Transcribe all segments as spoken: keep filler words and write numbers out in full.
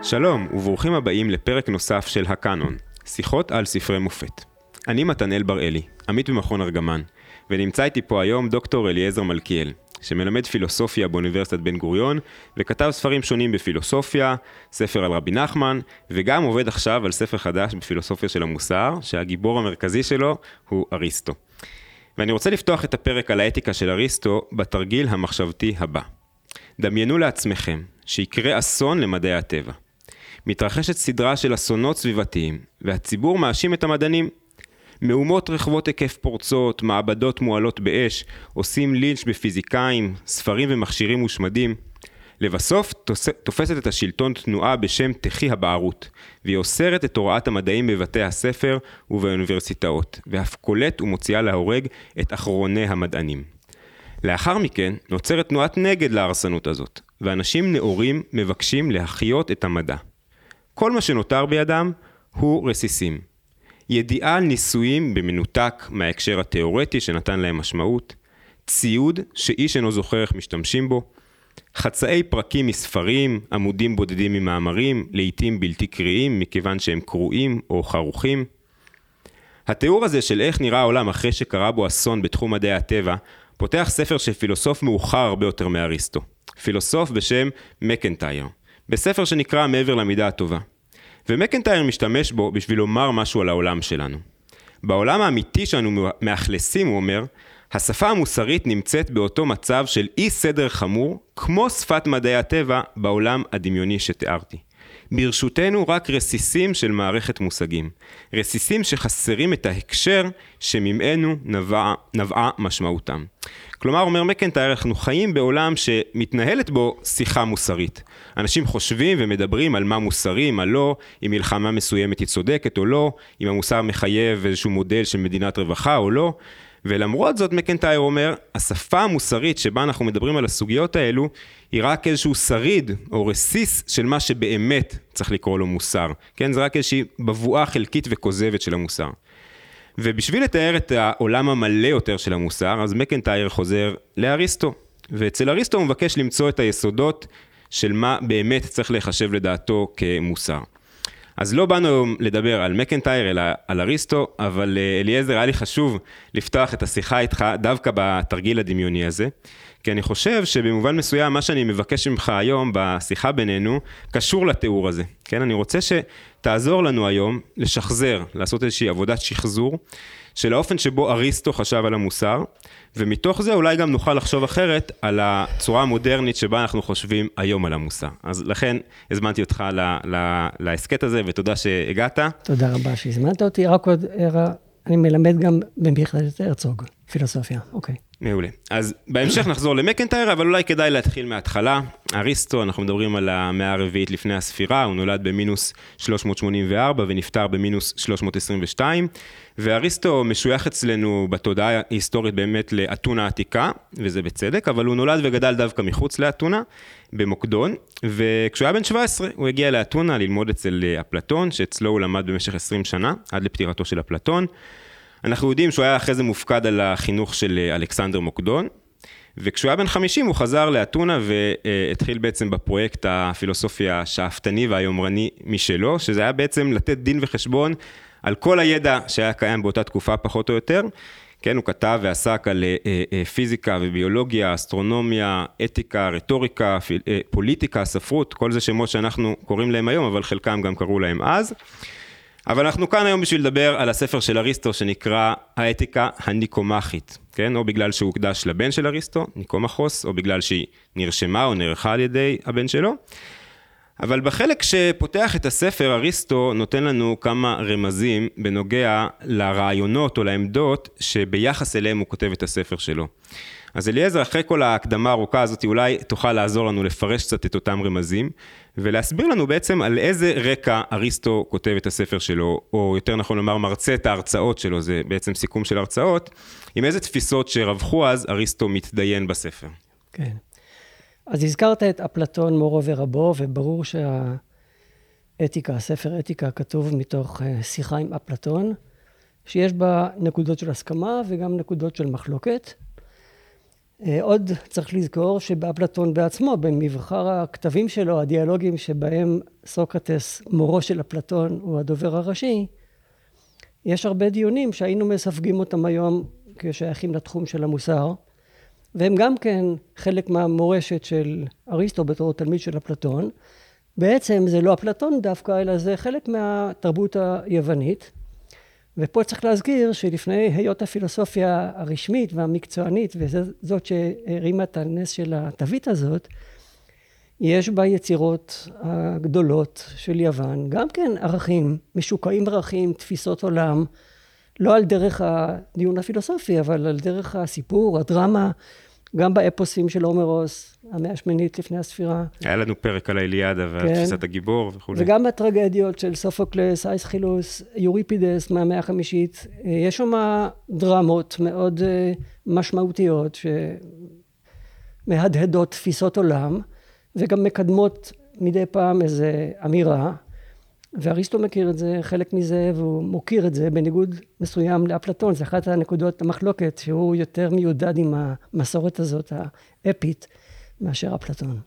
שלום וברוכים הבאים לפרק נוסף של הקאנון, שיחות על ספרי מופת. אני מתנאל בראלי, עמית במכון ארגמן, ונמצא איתי פה היום דוקטור אליעזר מלכיאל, שמלמד פילוסופיה באוניברסיטת בן גוריון, וכתב ספרים שונים בפילוסופיה, ספר על רבי נחמן, וגם עובד עכשיו על ספר חדש בפילוסופיה של המוסר, שהגיבור המרכזי שלו הוא אריסטו. ואני רוצה לפתוח את הפרק על האתיקה של אריסטו בתרגיל המחשבתי הבא. דמיינו לעצמכם שיקרה אסון למדעי הטבע. מתרחשת סדרה של אסונות סביבתיים, והציבור מאשים את המדענים. מהומות רחבות היקף פורצות, מעבדות מועלות באש, עושים לינץ' בפיזיקאים, ספרים ומכשירים מושמדים. לבסוף תופסת את השלטון תנועה בשם תחי הבערות, והיא אוסרת את הוראת המדעים בבתי הספר ובאוניברסיטאות, ואף קולט ומוציאה להורג את אחרוני המדענים. לאחר מכן נוצרת תנועת נגד להרסנות הזאת, ואנשים נאורים מבקשים להחיות את המדע. כל מה שנותר בידם הוא רסיסים. ידיעה על ניסויים במנותק מההקשר התיאורטי שנתן להם משמעות, ציוד שאיש אינו זוכר איך משתמשים בו, חצאי פרקים מספרים, עמודים בודדים ממאמרים, לעתים בלתי קריאים מכיוון שהם קרועים או חרוכים. התיאור הזה של איך נראה העולם אחרי שקרה בו אסון בתחום מדעי הטבע, פותח ספר של פילוסוף מאוחר הרבה יותר מאריסטו. פילוסוף בשם מקנטייר, בספר שנקרא מעבר למידה הטובה. ומקנטייר משתמש בו בשביל לומר משהו על העולם שלנו. בעולם האמיתי שאנו מאכלסים, הוא אומר, השפה המוסרית נמצאת באותו מצב של אי סדר חמור, כמו שפת מדעי הטבע בעולם הדמיוני שתיארתי. ברשותנו רק רסיסים של מערכת מושגים. רסיסים שחסרים את ההקשר שממנו נבעה, נבעה משמעותם. כלומר, אומר מקנטייר, אנחנו חיים בעולם שמתנהלת בו שיחה מוסרית. אנשים חושבים ומדברים על מה מוסרי, מה לא, אם מלחמה מסוימת היא צודקת או לא, אם המוסר מחייב איזשהו מודל של מדינת רווחה או לא. ולמרות זאת מקנטייר אומר, השפה המוסרית שבה אנחנו מדברים על הסוגיות האלו, היא רק איזשהו שריד או רסיס של מה שבאמת צריך לקרוא לו מוסר. כן, זה רק איזושהי בבואה חלקית וכוזבת של המוסר. ובשביל לתאר את העולם המלא יותר של המוסר, אז מקנטייר חוזר לאריסטו. ואצל אריסטו הוא מבקש למצוא את היסודות של מה באמת צריך לחשב לדעתו כמוסר. אז לא באנו לדבר על מקנטייר, אלא על אריסטו, אבל אליעזר, היה לי חשוב לפתוח את השיחה איתך דווקא בתרגיל הדמיוני הזה, כי אני חושב שבמובן מסוים מה שאני מבקש ממך היום בשיחה בינינו, קשור לתיאור הזה. כן, אני רוצה שתעזור לנו היום לשחזר, לעשות איזושהי עבודת שחזור, של האופן שבו אריסטו חשב על המוסר, ומתוך זה אולי גם נוכל לחשוב אחרת על הצורה המודרנית שבה אנחנו חושבים היום על המוסר. אז לכן הזמנתי אותך לעסקת הזה, ותודה שהגעת. תודה רבה שהזמנת אותי. רק עוד, אני מלמד גם במכללת הרצוג, פילוסופיה. אוקיי. מעולה. אז בהמשך נחזור למקנטייר, אבל אולי כדאי להתחיל מההתחלה. אריסטו, אנחנו מדברים על המאה הרביעית לפני הספירה, הוא נולד במינוס שלוש מאות שמונים וארבע ונפטר במינוס שלוש מאות עשרים ושתיים, ואריסטו משוייך אצלנו בתודעה ההיסטורית באמת לאתונה העתיקה, וזה בצדק, אבל הוא נולד וגדל דווקא מחוץ לאתונה, במוקדון, וכשהוא היה בן שבע עשרה הוא הגיע לאתונה ללמוד אצל אפלטון, שאצלו הוא למד במשך עשרים שנה, עד לפטירתו של אפלטון. אנחנו יודעים שהוא היה אחרי זה מופקד על החינוך של אלכסנדר מוקדון, וכשהוא היה בן חמישים הוא חזר לאתונה והתחיל בעצם בפרויקט הפילוסופיה השאפתני והיומרני משלו, שזה היה בעצם לתת דין וחשבון על כל הידע שהיה קיים באותה תקופה פחות או יותר. כן, הוא כתב ועסק על פיזיקה וביולוגיה, אסטרונומיה, אתיקה, רטוריקה, פוליטיקה, ספרות, כל זה שמות שאנחנו קוראים להם היום, אבל חלקם גם קראו להם אז. אבל אנחנו כאן היום בשביל לדבר על הספר של אריסטו שנקרא האתיקה הניקומחית, כן? או בגלל שהוא הוקדש לבן של אריסטו, ניקומחוס, או בגלל שהיא נרשמה או נערכה על ידי הבן שלו. אבל בחלק שפותח את הספר, אריסטו נותן לנו כמה רמזים בנוגע לרעיונות או לעמדות שביחס אליהם הוא כותב את הספר שלו. אז אליעזר, אחרי כל ההקדמה הארוכה הזאת, אולי תוכל לעזור לנו לפרש קצת את אותם רמזים, ולהסביר לנו בעצם על איזה רקע אריסטו כותב את הספר שלו, או יותר נכון לומר מרצה את ההרצאות שלו, זה בעצם סיכום של הרצאות, עם איזה תפיסות שרווחו אז אריסטו מתדיין בספר. כן. אז הזכרת את אפלטון מורו ורבו, וברור שהאתיקה, הספר אתיקה כתוב מתוך שיחה עם אפלטון, שיש בה נקודות של הסכמה וגם נקודות של מחלוקת. עוד צריך לזכור שבאפלטון בעצמו, במבחר הכתבים שלו, הדיאלוגים שבהם סוקרטס, מורו של אפלטון, הוא הדובר הראשי, יש הרבה דיונים שהיינו מספגים אותם היום כשייכים לתחום של המוסר, והם גם כן חלק מהמורשת של אריסטו בתור תלמיד של אפלטון. בעצם זה לא אפלטון דווקא, אלא זה חלק מהתרבות היוונית. ופה צריך להזכיר שלפני היות הפילוסופיה הרשמית והמקצוענית, וזאת שהרימה את הנס של התווית הזאת, יש בה יצירות הגדולות של יוון, גם כן ערכים, משוקעים ערכים, תפיסות עולם, לא על דרך הדיון הפילוסופי, אבל על דרך הסיפור, הדרמה, גם באפוסים של הומרוס, המאה השמינית לפני הספירה. היה לנו פרק על האיליאדה ותפיסת הגיבור וכו'. וגם בטרגדיות של סופוקלס, אייסחילוס, יוריפידס מהמאה החמישית, יש שם דרמות מאוד משמעותיות שמהדהדות תפיסות עולם, וגם מקדמות מדי פעם איזה אמירה, ואריסטו מכיר את זה, חלק מזה, והוא מוקיר את זה בניגוד מסוים לאפלטון. זה אחת הנקודות המחלוקת, שהוא יותר מיודד עם המסורת הזאת, האפית, מאשר אפלטון.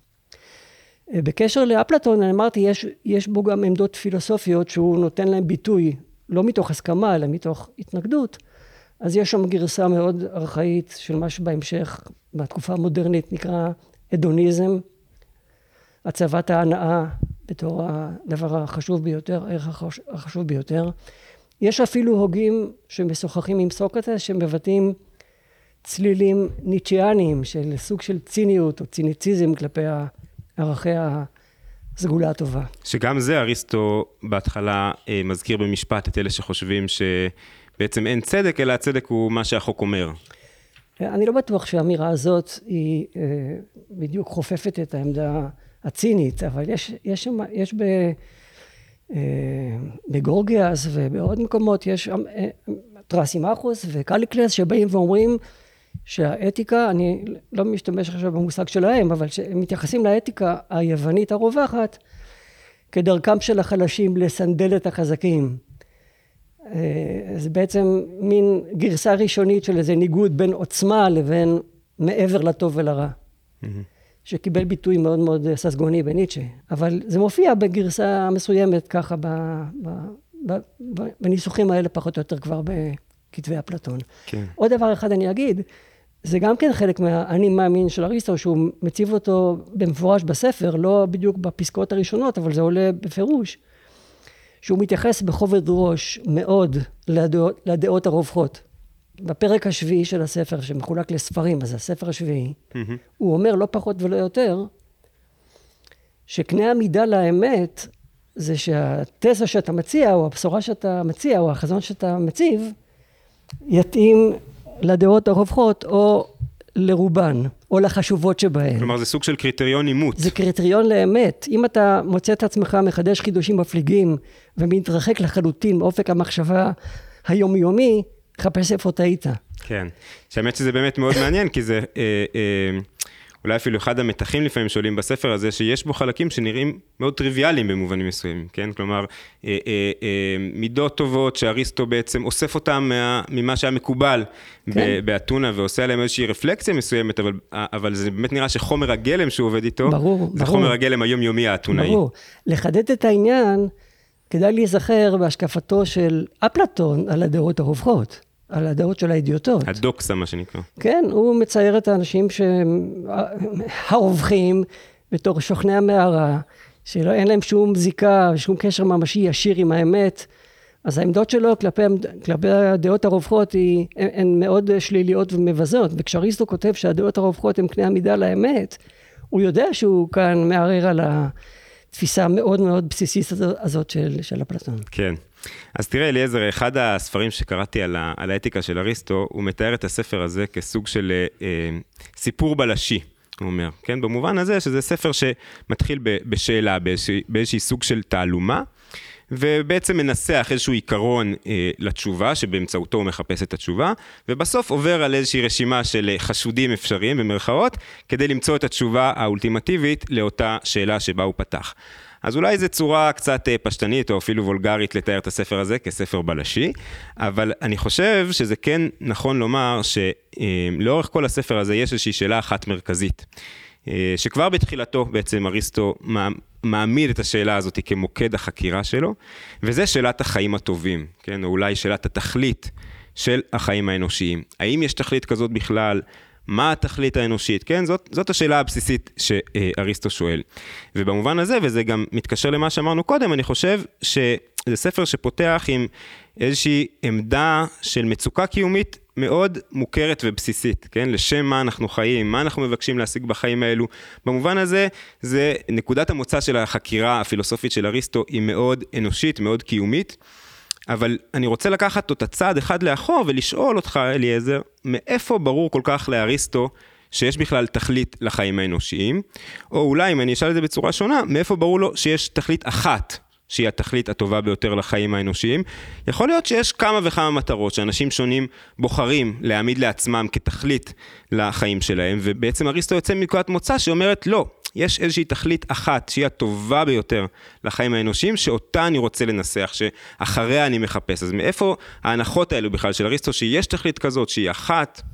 בקשר לאפלטון, אני אמרתי, יש, יש בו גם עמדות פילוסופיות, שהוא נותן להם ביטוי, לא מתוך הסכמה, אלא מתוך התנגדות. אז יש שם גרסה מאוד ארכאית, של מה שבהמשך, בתקופה המודרנית, נקרא הדוניזם, הצבת ההנאה, בתור הדבר החשוב ביותר, הערך החשוב ביותר. יש אפילו הוגים שמשוחחים עם סוקרטס, שמבטאים צלילים ניטשיאניים של סוג של ציניות או ציניציזם כלפי ערכי הסגולה הטובה. שגם זה אריסטו בהתחלה אה, מזכיר במשפט את אלה שחושבים שבעצם אין צדק, אלא הצדק הוא מה שהחוק אומר. אני לא בטוח שהאמירה הזאת היא אה, בדיוק חופפת את העמדה הצינית, אבל יש, יש, יש ב, אה, בגורגיאס ובעוד מקומות, יש אה, טרסימאכוס וקליקלס שבאים ואומרים שהאתיקה, אני לא משתמש עכשיו במושג שלהם, אבל שהם מתייחסים לאתיקה היוונית הרווחת, כדרכם של החלשים לסנדל את החזקים. אה, זה בעצם מין גרסה ראשונית של איזה ניגוד בין עוצמה לבין מעבר לטוב ולרע. Mm-hmm. שקיבל ביטוי מאוד מאוד ססגוני בניטשה, אבל זה מופיע בגרסה מסוימת ככה ב, ב, ב, ב, בניסוחים האלה פחות או יותר כבר בכתבי אפלטון. כן. עוד דבר אחד אני אגיד, זה גם כן חלק מהאני מאמין של אריסטו, שהוא מציב אותו במפורש בספר, לא בדיוק בפסקאות הראשונות, אבל זה עולה בפירוש, שהוא מתייחס בכובד ראש מאוד לדעות, לדעות הרווחות. בפרק השביעי של הספר, שמחולק לספרים, אז הספר השביעי, mm-hmm. הוא אומר לא פחות ולא יותר, שקנה המידה לאמת, זה שהתזה שאתה מציע, או הבשורה שאתה מציע, או החזון שאתה מציב, יתאים לדעות הרווחות, או לרובן, או לחשובות שבהן. כלומר, זה סוג של קריטריון אימות. זה קריטריון לאמת. אם אתה מוצא את עצמך מחדש חידושים מפליגים, ומתרחק לחלוטין מאופק המחשבה היומיומי, חפש איפה טעית. כן, שהאמת שזה באמת מאוד מעניין, כי זה אה, אה, אולי אפילו אחד המתחים לפעמים שעולים בספר הזה, שיש בו חלקים שנראים מאוד טריוויאליים במובנים מסוימים, כן? כלומר, אה, אה, אה, מידות טובות שאריסטו בעצם אוסף אותם מה, ממה שהיה מקובל כן. באתונה, ועושה עליהם איזושהי רפלקציה מסוימת, אבל, אבל זה באמת נראה שחומר הגלם שהוא עובד איתו, ברור, זה ברור. חומר הגלם היומיומי האתונאי. ברור. לחדד את העניין, כדאי להיזכר בהשקפתו של אפלטון על הדעות הרווחות, על הדעות של האידיוטות. הדוקסה, מה שנקרא. כן, הוא מצייר את האנשים שהרווחים בתור שוכני המערה, שאין להם שום זיקה, שום קשר ממשי ישיר עם האמת. אז העמדות שלו כלפי, כלפי הדעות הרווחות הן, הן מאוד שליליות ומבזות. וכשאריסטו כותב שהדעות הרווחות הן קנה המידה לאמת, הוא יודע שהוא כאן מערער על ה... תפיסה מאוד מאוד בסיסית הזאת של, של אפלטון. כן. אז תראה, אליעזר, אחד הספרים שקראתי על, ה, על האתיקה של אריסטו, הוא מתאר את הספר הזה כסוג של אה, סיפור בלשי, הוא אומר. כן? במובן הזה שזה ספר שמתחיל ב, בשאלה, באיזשה, באיזושהי סוג של תעלומה, ובעצם מנסח איזשהו עיקרון אה, לתשובה, שבאמצעותו הוא מחפש את התשובה, ובסוף עובר על איזושהי רשימה של חשודים אפשריים במרכאות, כדי למצוא את התשובה האולטימטיבית לאותה שאלה שבה הוא פתח. אז אולי זו צורה קצת פשטנית או אפילו וולגרית לתאר את הספר הזה כספר בלשי, אבל אני חושב שזה כן נכון לומר שלאורך כל הספר הזה יש איזושהי שאלה אחת מרכזית, שכבר בתחילתו בעצם אריסטו מעמיד את השאלה הזאת כמוקד החקירה שלו, וזה שאלת החיים הטובים, כן? או אולי שאלת התכלית של החיים האנושיים. האם יש תכלית כזאת בכלל? מה התכלית האנושית? כן, זאת, זאת השאלה הבסיסית שאריסטו שואל. ובמובן הזה, וזה גם מתקשר למה שאמרנו קודם, אני חושב שזה ספר שפותח עם איזושהי עמדה של מצוקה קיומית מאוד מוכרת ובסיסית, כן? לשם מה אנחנו חיים, מה אנחנו מבקשים להשיג בחיים האלו. במובן הזה, זה נקודת המוצא של החקירה הפילוסופית של אריסטו, היא מאוד אנושית, מאוד קיומית, אבל אני רוצה לקחת אותה צעד אחד לאחור ולשאול אותך, אליעזר, מאיפה ברור כל כך לאריסטו שיש בכלל תכלית לחיים האנושיים, או אולי אם אני אשאל את זה בצורה שונה, מאיפה ברור לו שיש תכלית אחת שהיא התכלית הטובה ביותר לחיים האנושיים. יכול להיות שיש כמה וכמה מטרות שאנשים שונים בוחרים להעמיד לעצמם כתכלית לחיים שלהם, ובעצם אריסטו יוצא מנקודת מוצא שאומרת לא, יש איזושהי תכלית אחת שהיא הטובה ביותר לחיים האנושיים, שאותה אני רוצה לנסח, שאחריה אני מחפש. אז מאיפה ההנחות האלו בכלל של אריסטו שיש תכלית כזאת שהיא אחת?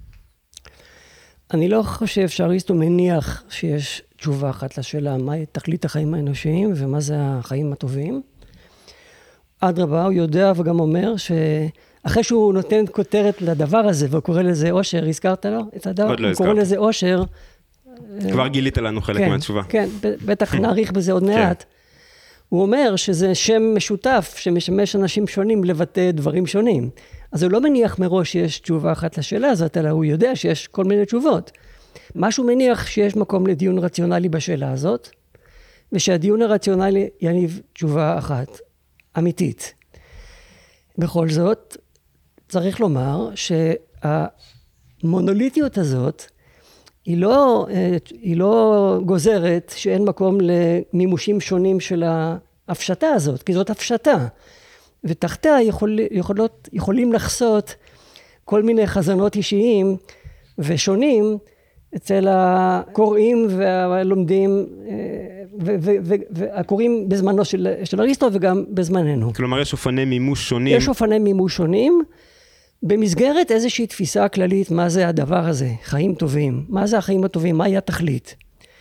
אני לא חושב שאריסטו מניח שיש תשובה אחת לשאלה מהי תכלית החיים האנושיים ומה זה החיים הטובים. אדרבה, הוא יודע וגם אומר שאחרי שהוא נותן כותרת לדבר הזה והוא קורא לזה אושר, הזכרת לו את הדבר? עוד לא הוא קורא לזה אושר. כבר גילית לנו חלק כן, מהתשובה. כן, בטח נעריך בזה עוד מעט. הוא אומר שזה שם משותף שמשמש אנשים שונים לבטא דברים שונים. אז הוא לא מניח מראש שיש תשובה אחת לשאלה הזאת, אלא הוא יודע שיש כל מיני תשובות. משהו מניח שיש מקום לדיון רציונלי בשאלה הזאת, ושהדיון הרציונלי יניב תשובה אחת, אמיתית. בכל זאת, צריך לומר שהמונוליטיות הזאת, היא לא, היא לא גוזרת שאין מקום למימושים שונים של ההפשטה הזאת, כי זאת הפשטה. ותחתיה יכול, יכולות, יכולים לחסות כל מיני חזונות אישיים ושונים אצל הקוראים והלומדים, והקוראים בזמנו של, של אריסטו וגם בזמננו. כלומר, יש אופני מימוש שונים. יש אופני מימוש שונים, במסגרת איזושהי תפיסה כללית, מה זה הדבר הזה, חיים טובים, מה זה החיים הטובים, מהי התכלית.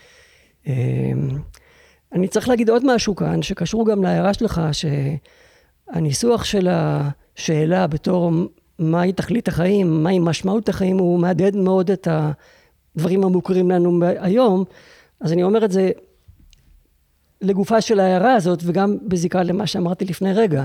אני צריך להגיד עוד משהו כאן, שקשור גם להערה שלך, שהניסוח של השאלה בתור מהי תכלית החיים, מהי משמעות החיים, הוא מהדהד מאוד את הדברים המוכרים לנו היום, אז אני אומר את זה לגופה של ההערה הזאת, וגם בזיקה למה שאמרתי לפני רגע.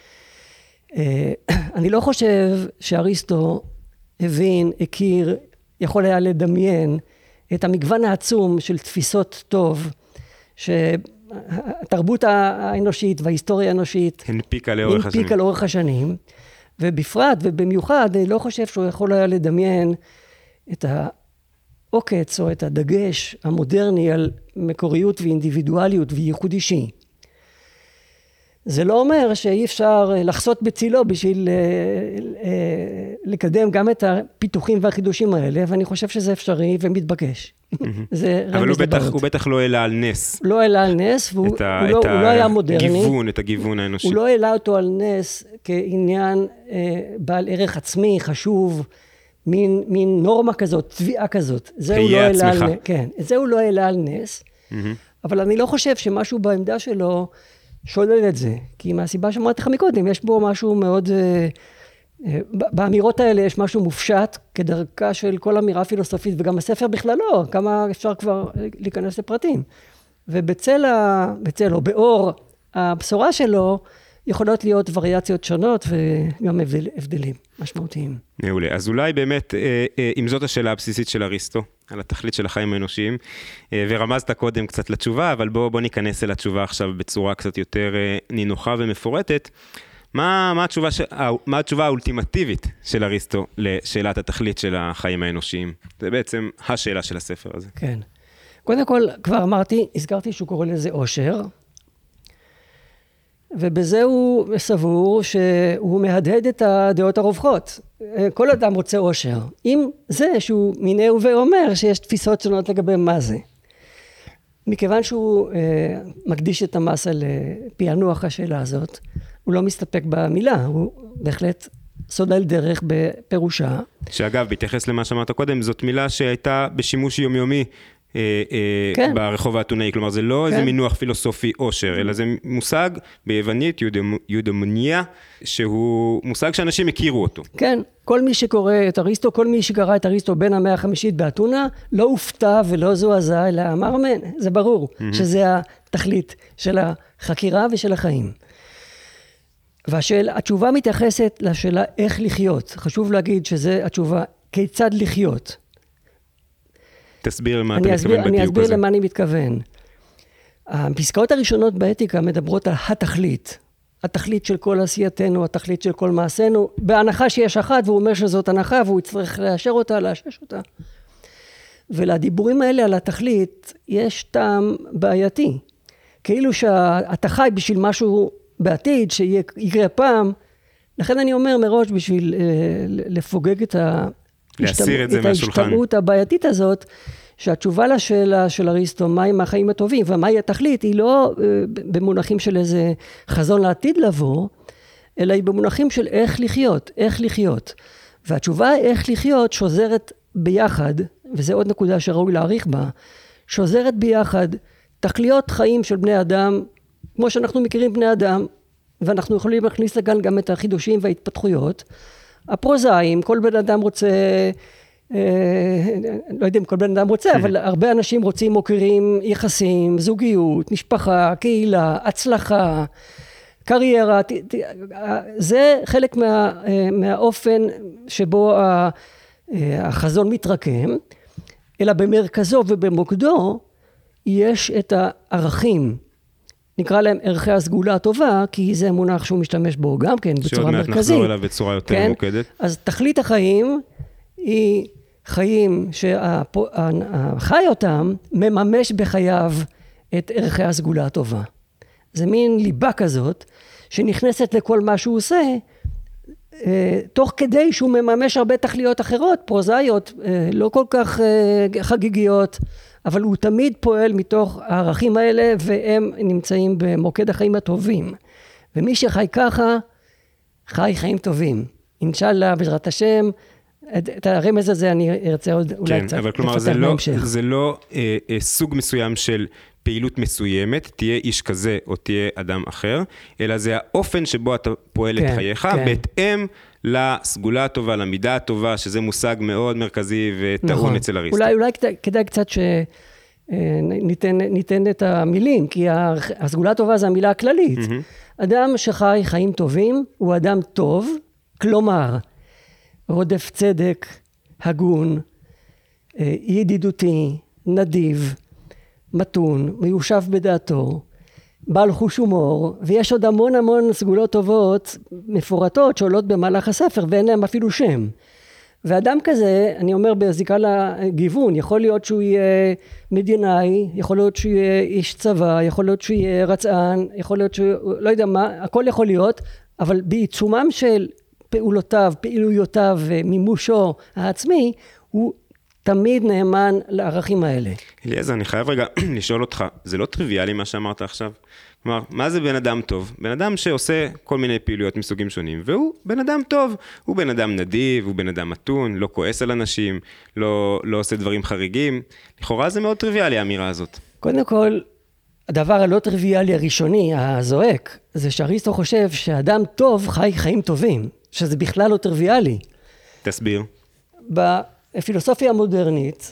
אני לא חושב שאריסטו הבין, הכיר, יכול היה לדמיין את המגוון העצום של תפיסות טוב, שהתרבות האנושית וההיסטוריה האנושית הנפיקה לאורך השנים. הנפיקה לאורך השנים, ובפרט ובמיוחד אני לא חושב שהוא יכול היה לדמיין את העוקץ או את הדגש המודרני על מקוריות ואינדיבידואליות וייחוד אישי. זה לא אומר שאי אפשר לחסות בצילו בשביל לקדם גם את הפיתוחים והחידושים האלה, ואני חושב שזה אפשרי ומתבקש. אבל הוא בטח, הוא בטח לא העלה על נס. לא העלה על נס, והוא את ה, הוא לא, את הוא לא היה מודרני. גיוון, את הגיוון האנושי. הוא לא העלה אותו על נס כעניין אה, בעל ערך עצמי, חשוב, מין, מין נורמה כזאת, תביעה כזאת. זה הוא לא העלה על, כן, את זה הוא לא העלה על נס, אבל אני לא חושב שמשהו בעמדה שלו שולל את זה, כי מהסיבה שאמרתי לך מקודם, יש בו משהו מאוד, אה, אה, באמירות האלה יש משהו מופשט, כדרכה של כל אמירה פילוסופית, וגם הספר בכלל לא, כמה אפשר כבר להיכנס לפרטים. ובצל, ה, בצל או באור הבשורה שלו, יכולות להיות וריאציות שונות, וגם הבדל, הבדלים משמעותיים. מעולה, אז אולי באמת, אם זאת השאלה הבסיסית של אריסטו, על התכלית של החיים האנושיים, ורמזת קודם קצת לתשובה, אבל בוא, בוא ניכנס אל התשובה עכשיו בצורה קצת יותר נינוחה ומפורטת. מה, מה התשובה, ש... מה התשובה האולטימטיבית של אריסטו לשאלת התכלית של החיים האנושיים? זה בעצם השאלה של הספר הזה. כן. קודם כל, כבר אמרתי, הזכרתי שהוא קורא לזה אושר, ובזה הוא סבור שהוא מהדהד את הדעות הרווחות. כל אדם רוצה אושר. עם זה שהוא מיניה וביה אומר שיש תפיסות שונות לגבי מה זה. מכיוון שהוא אה, מקדיש את המסה לפענוח השאלה הזאת, הוא לא מסתפק במילה, הוא בהחלט סולל דרך בפירושה. שאגב, בהתייחס למה שאמרת קודם, זאת מילה שהייתה בשימוש יומיומי אה, אה, כן. ברחוב האתונאי, כלומר זה לא כן. איזה מינוח פילוסופי עושר, אלא זה מושג ביוונית, יודומוניה, שהוא מושג שאנשים הכירו אותו. כן, כל מי שקורא את אריסטו, כל מי שקרא את אריסטו בין המאה החמישית באתונה, לא הופתע ולא זועזע, אלא אמר מן, זה ברור, mm-hmm. שזה התכלית של החקירה ושל החיים. והתשובה מתייחסת לשאלה איך לחיות. חשוב להגיד שזה התשובה, כיצד לחיות. תסביר למה אתה מתכוון בדיוק הזה. אני אסביר למה אני מתכוון. הפסקאות הראשונות באתיקה מדברות על התכלית. התכלית של כל עשייתנו, התכלית של כל מעשינו, בהנחה שיש אחת, והוא אומר שזאת הנחה, והוא יצטרך לאשר אותה, לאשש אותה. ולדיבורים האלה על התכלית, יש טעם בעייתי. כאילו שאתה חי בשביל משהו בעתיד, שיקרה פעם, לכן אני אומר מראש, בשביל אה, לפוגג את, להסיר את, את ההשתמעות הבעייתית הזאת, שהתשובה לשאלה של אריסטו, מהם החיים הטובים, ומהי התכלית, היא לא אה, במונחים של איזה חזון לעתיד לבוא, אלא היא במונחים של איך לחיות, איך לחיות. והתשובה איך לחיות שוזרת ביחד, וזה עוד נקודה שראוי להעריך בה, שוזרת ביחד תכליות חיים של בני אדם, כמו שאנחנו מכירים בני אדם, ואנחנו יכולים להכניס לכאן גם את החידושים וההתפתחויות. הפרוזאים, כל בן אדם רוצה, אה, לא יודע אם כל בן אדם רוצה, אבל הרבה אנשים רוצים, מוכרים יחסים, זוגיות, משפחה, קהילה, הצלחה, קריירה. זה חלק מה, מהאופן שבו החזון מתרקם, אלא במרכזו ובמוקדו יש את הערכים, נקרא להם ערכי הסגולה הטובה, כי זה מונח שהוא משתמש בו גם כן בצורה מרכזית. שעוד מעט נחזור אליו בצורה יותר כן? מוקדת. אז תכלית החיים היא חיים שהחי אותם מממש בחייו את ערכי הסגולה הטובה. זה מין ליבה כזאת שנכנסת לכל מה שהוא עושה, תוך כדי שהוא מממש הרבה תכליות אחרות, פרוזאיות, לא כל כך חגיגיות, אבל הוא תמיד פועל מתוך הערכים האלה, והם נמצאים במוקד החיים הטובים. ומי שחי ככה, חי חיים טובים. אינשאללה, בעזרת השם, את הרמז הזה אני ארצה עוד אולי כן, קצת אבל כלומר, זה לא, זה לא אה, אה, סוג מסוים של פעילות מסוימת, תהיה איש כזה או תהיה אדם אחר, אלא זה האופן שבו אתה פועל כן, את חייך, כן. בהתאם לסגולה הטובה, למידה הטובה, שזה מושג מאוד מרכזי וטעון נכון. אצל אריסטו. אולי, אולי כדאי קצת שניתן ניתן את המילים, כי הסגולה הטובה זה המילה הכללית. Mm-hmm. אדם שחי חיים טובים הוא אדם טוב, כלומר, רודף צדק, הגון, ידידותי, נדיב, מתון, מיושב בדעתו, בעל חוש הומור, ויש עוד המון המון סגולות טובות מפורטות שעולות במהלך הספר ואין להם אפילו שם. ואדם כזה, אני אומר בזיקה לגיוון, יכול להיות שהוא יהיה מדינאי, יכול להיות שהוא יהיה איש צבא, יכול להיות שהוא יהיה רצען, יכול להיות שהוא, לא יודע מה, הכל יכול להיות, אבל בעיצומם של פעולותיו, פעילויותיו ומימושו העצמי, הוא תמיד נאמן לערכים האלה. אליעזר, אני חייב רגע לשאול אותך, זה לא טריוויאלי מה שאמרת עכשיו? כלומר, מה זה בן אדם טוב? בן אדם שעושה כל מיני פעילויות מסוגים שונים, והוא בן אדם טוב, הוא בן אדם נדיב, הוא בן אדם מתון, לא כועס על אנשים, לא, לא עושה דברים חריגים. לכאורה זה מאוד טריוויאלי, האמירה הזאת. קודם כל, הדבר הלא טריוויאלי הראשוני, הזועק, זה שאריסטו חושב שאדם טוב חי חיים טובים, שזה בכלל לא טריוויאלי. תסביר. בפילוסופיה המודרנית,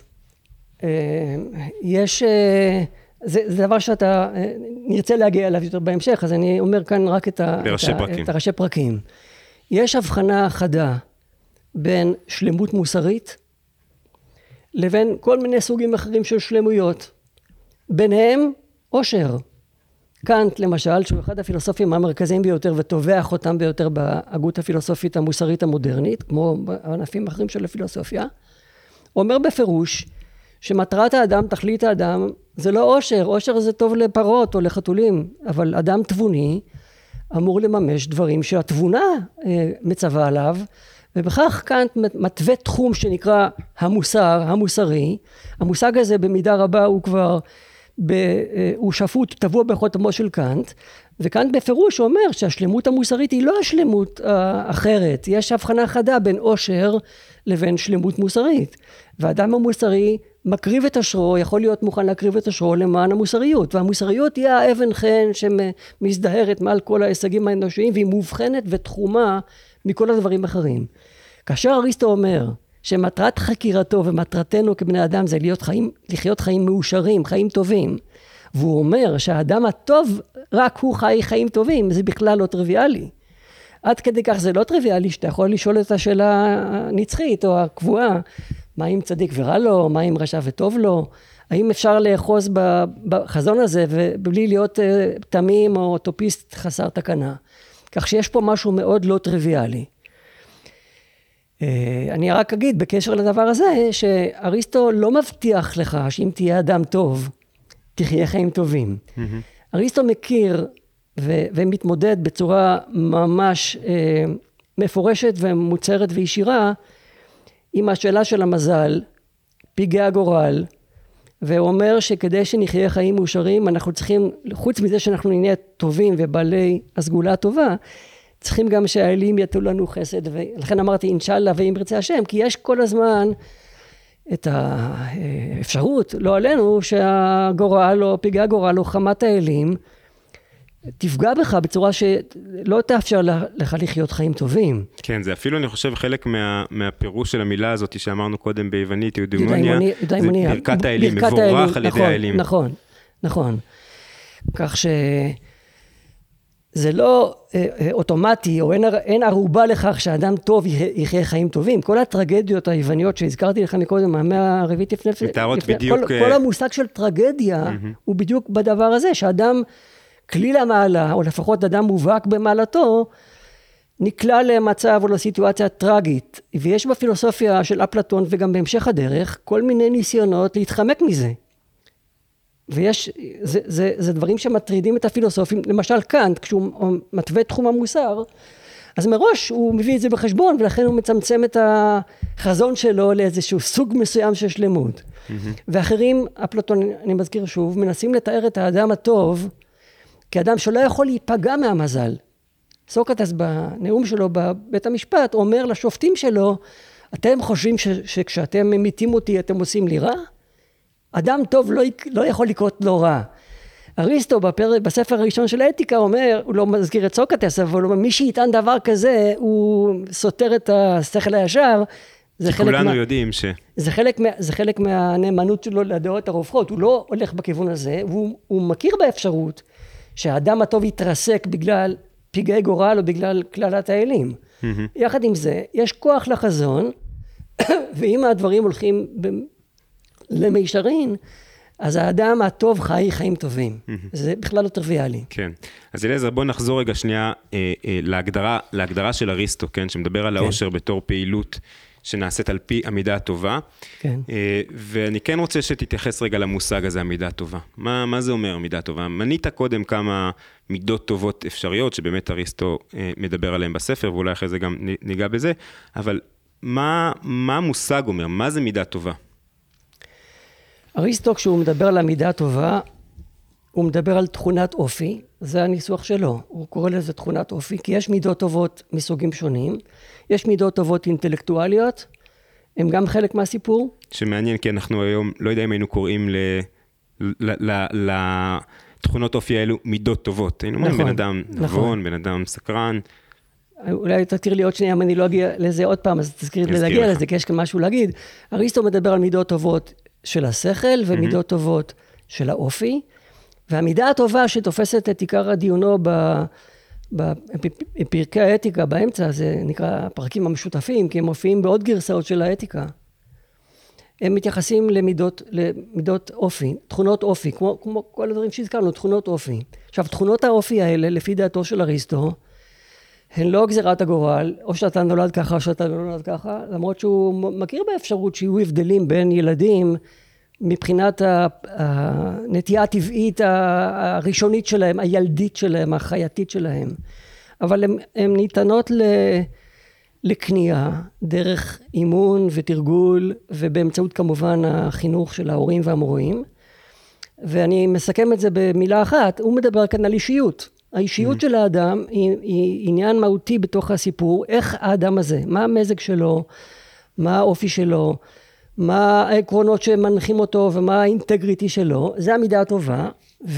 יש, זה, זה דבר שאתה נרצה להגיע אליו יותר בהמשך, אז אני אומר כאן רק את, ה, את, ה, את הראשי פרקים. יש הבחנה חדה בין שלמות מוסרית, לבין כל מיני סוגים אחרים של שלמויות. ביניהם, עושר. קאנט למשל, שהוא אחד הפילוסופים המרכזיים ביותר וטובח אותם ביותר בהגות הפילוסופית המוסרית המודרנית, כמו בענפים אחרים של הפילוסופיה, אומר בפירוש שמטרת האדם, תכלית האדם, זה לא עושר, עושר זה טוב לפרות או לחתולים, אבל אדם תבוני אמור לממש דברים שהתבונה אה, מצווה עליו, ובכך קאנט מתווה תחום שנקרא המוסר, המוסרי. המושג הזה במידה רבה הוא כבר הוא שפוט, טבוע בחותמו של קאנט, וקאנט בפירוש אומר שהשלמות המוסרית היא לא השלמות האחרת, יש הבחנה חדה בין עושר לבין שלמות מוסרית, והאדם המוסרי מקריב את אשרו, יכול להיות מוכן להקריב את אשרו למען המוסריות, והמוסריות היא האבן חן שמזדהרת מעל כל ההישגים האנושיים, והיא מובחנת ותחומה מכל הדברים האחרים. כאשר אריסטו אומר שמטרת חקירתו ומטרתנו כבני אדם זה להיות חיים, לחיות חיים מאושרים, חיים טובים, והוא אומר שהאדם הטוב רק הוא חי חיים טובים, זה בכלל לא טריוויאלי. עד כדי כך זה לא טריוויאלי שאתה יכול לשאול את השאלה הנצחית או הקבועה, מה אם צדיק ורע לו, מה אם רשע וטוב לו, האם אפשר לאחוז בחזון הזה ובלי להיות תמים או אוטופיסט חסר תקנה. כך שיש פה משהו מאוד לא טריוויאלי. אני רק אגיד בקשר לדבר הזה שאריסטו לא מבטיח לך שאם תהיה אדם טוב תחיה חיים טובים. Mm-hmm. אריסטו מכיר ו- ומתמודד בצורה ממש אה, מפורשת ומוצרת וישירה עם השאלה של המזל, פגעי הגורל, והוא אומר שכדי שנחיה חיים מאושרים אנחנו צריכים, חוץ מזה שאנחנו נהיה טובים ובעלי הסגולה הטובה, צריכים גם שהאלים יתנו לנו חסד, ולכן אמרתי אינשאללה ואם ירצה השם, כי יש כל הזמן את האפשרות, לא עלינו, שהגורל או פגעי הגורל או חמת האלים, תפגע בך בצורה שלא תאפשר לך לחיות חיים טובים. כן, זה אפילו אני חושב חלק מה, מהפירוש של המילה הזאת שאמרנו קודם ביוונית, יודימוניה, זה ברכת האלים, מבורך על ידי האלים. נכון, נכון. כך ש... זה לא אה, אוטומטי, או אין, אין ערובה לכך שאדם טוב יחיה חיים טובים. כל הטרגדיות היווניות שהזכרתי לך מקודם, מהמאה הרביעית לפני... לפני בדיוק... כל, כל המושג של טרגדיה mm-hmm. הוא בדיוק בדבר הזה, שאדם כליל המעלה, או לפחות אדם מובהק במעלתו, נקלע למצב או לסיטואציה טרגית. ויש בפילוסופיה של אפלטון וגם בהמשך הדרך, כל מיני ניסיונות להתחמק מזה. ויש, זה, זה, זה דברים שמטרידים את הפילוסופים, למשל קאנט, כשהוא מתווה תחום המוסר, אז מראש הוא מביא את זה בחשבון, ולכן הוא מצמצם את החזון שלו לאיזשהו סוג מסוים של שלמות. Mm-hmm. ואחרים, אפלטון, אני מזכיר שוב, מנסים לתאר את האדם הטוב, כאדם שלא יכול להיפגע מהמזל. סוקרטס בנאום שלו בבית המשפט, אומר לשופטים שלו, אתם חושבים ש, שכשאתם ממיתים אותי, אתם עושים לי רע? אדם טוב לא, לא יכול לקרות לו רע. אריסטו בפר, בספר הראשון של האתיקה אומר, הוא לא מזכיר את סוקרטס, אבל הוא אומר, מי שיטען דבר כזה, הוא סותר את השכל הישר. זה כולנו מה, יודעים ש... זה חלק, מה, זה חלק מהנאמנות שלו לדעות הרווחות, הוא לא הולך בכיוון הזה, והוא הוא מכיר באפשרות שהאדם הטוב יתרסק בגלל פגעי גורל או בגלל כללת האלים. Mm-hmm. יחד עם זה, יש כוח לחזון, ואם הדברים הולכים ב... למישרין, אז האדם הטוב חי חיים טובים. זה בכלל לא טריוויאלי. כן. אז אליעזר, בוא נחזור רגע שנייה אה, אה, להגדרה, להגדרה של אריסטו, כן? שמדבר על האושר בתור פעילות שנעשית על פי המידה הטובה. כן. אה, ואני כן רוצה שתתייחס רגע למושג הזה, המידה הטובה. מה, מה זה אומר מידה טובה? מנית קודם כמה מידות טובות אפשריות, שבאמת אריסטו אה, מדבר עליהן בספר, ואולי אחרי זה גם ניגע בזה, אבל מה, מה המושג אומר? מה זה מידה טובה? אריסטו, כשהוא מדבר על המידה הטובה, הוא מדבר על תכונת אופי, זה הניסוח שלו, הוא קורא לזה תכונת אופי, כי יש מידות טובות מסוגים שונים, יש מידות טובות אינטלקטואליות, הם גם חלק מהסיפור. שמעניין, כי אנחנו היום, לא יודע אם היינו קוראים לתכונות אופי האלו מידות טובות, היינו אומרים בן אדם נבון, בן אדם סקרן. אולי תתיר לי עוד שנייה, אם אני לא אגיע לזה עוד פעם, אז תזכיר לי להגיע לזה, כי יש כאן משהו להגיד. אריסטו מדבר על מידות טובות של השכל ומידות טובות של האופי, והמידה הטובה שתופסת את עיקר הדיונו בפרקי האתיקה באמצע, זה נקרא הפרקים המשותפים, כי הם מופיעים בעוד גרסאות של האתיקה. הם מתייחסים למידות, למידות אופי, תכונות אופי, כמו, כמו כל הדברים שהזכרנו, תכונות אופי. עכשיו, תכונות האופי האלה, לפי דעתו של אריסטו, הן לא גזירת הגורל, או שאתה נולד ככה, או שאתה לא נולד ככה, למרות שהוא מכיר באפשרות שיהיו הבדלים בין ילדים, מבחינת הנטייה הטבעית הראשונית שלהם, הילדית שלהם, החייתית שלהם. אבל הן ניתנות לקנייה, דרך אימון ותרגול, ובאמצעות כמובן החינוך של ההורים והמורים. ואני מסכם את זה במילה אחת, הוא מדבר כאן על אישיות. האישיות mm-hmm. של האדם היא, היא עניין מהותי בתוך הסיפור, איך האדם הזה, מה המזג שלו, מה האופי שלו, מה העקרונות שמנחים אותו ומה האינטגריטי שלו, זה המידה הטובה,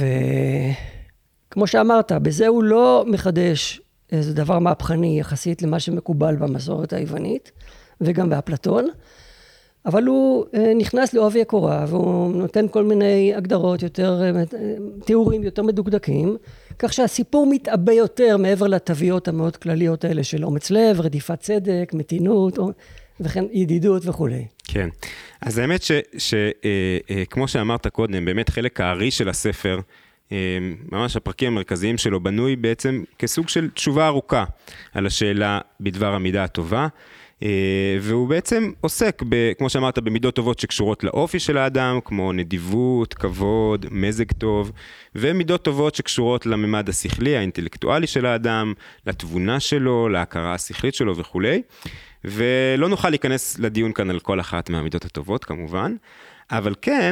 וכמו שאמרת, בזה הוא לא מחדש איזה דבר מהפכני יחסית למה שמקובל במסורת היוונית, וגם באפלטון, אבל הוא נכנס לעובי הקורה, והוא נותן כל מיני הגדרות יותר, תיאורים יותר מדוקדקים, כך שהסיפור מתעבה יותר מעבר לתוויות המאוד כלליות האלה של אומץ לב, רדיפת צדק, מתינות, וכן ידידות וכו'. כן, אז האמת שכמו שאמרת קודם, באמת חלק הארי של הספר, ממש הפרקים המרכזיים שלו בנוי בעצם כסוג של תשובה ארוכה על השאלה בדבר המידה הטובה, והוא בעצם עוסק, ב, כמו שאמרת, במידות טובות שקשורות לאופי של האדם, כמו נדיבות, כבוד, מזג טוב, ומידות טובות שקשורות לממד השכלי, האינטלקטואלי של האדם, לתבונה שלו, להכרה השכלית שלו וכו'. ולא נוכל להיכנס לדיון כאן על כל אחת מהמידות הטובות כמובן, אבל כן,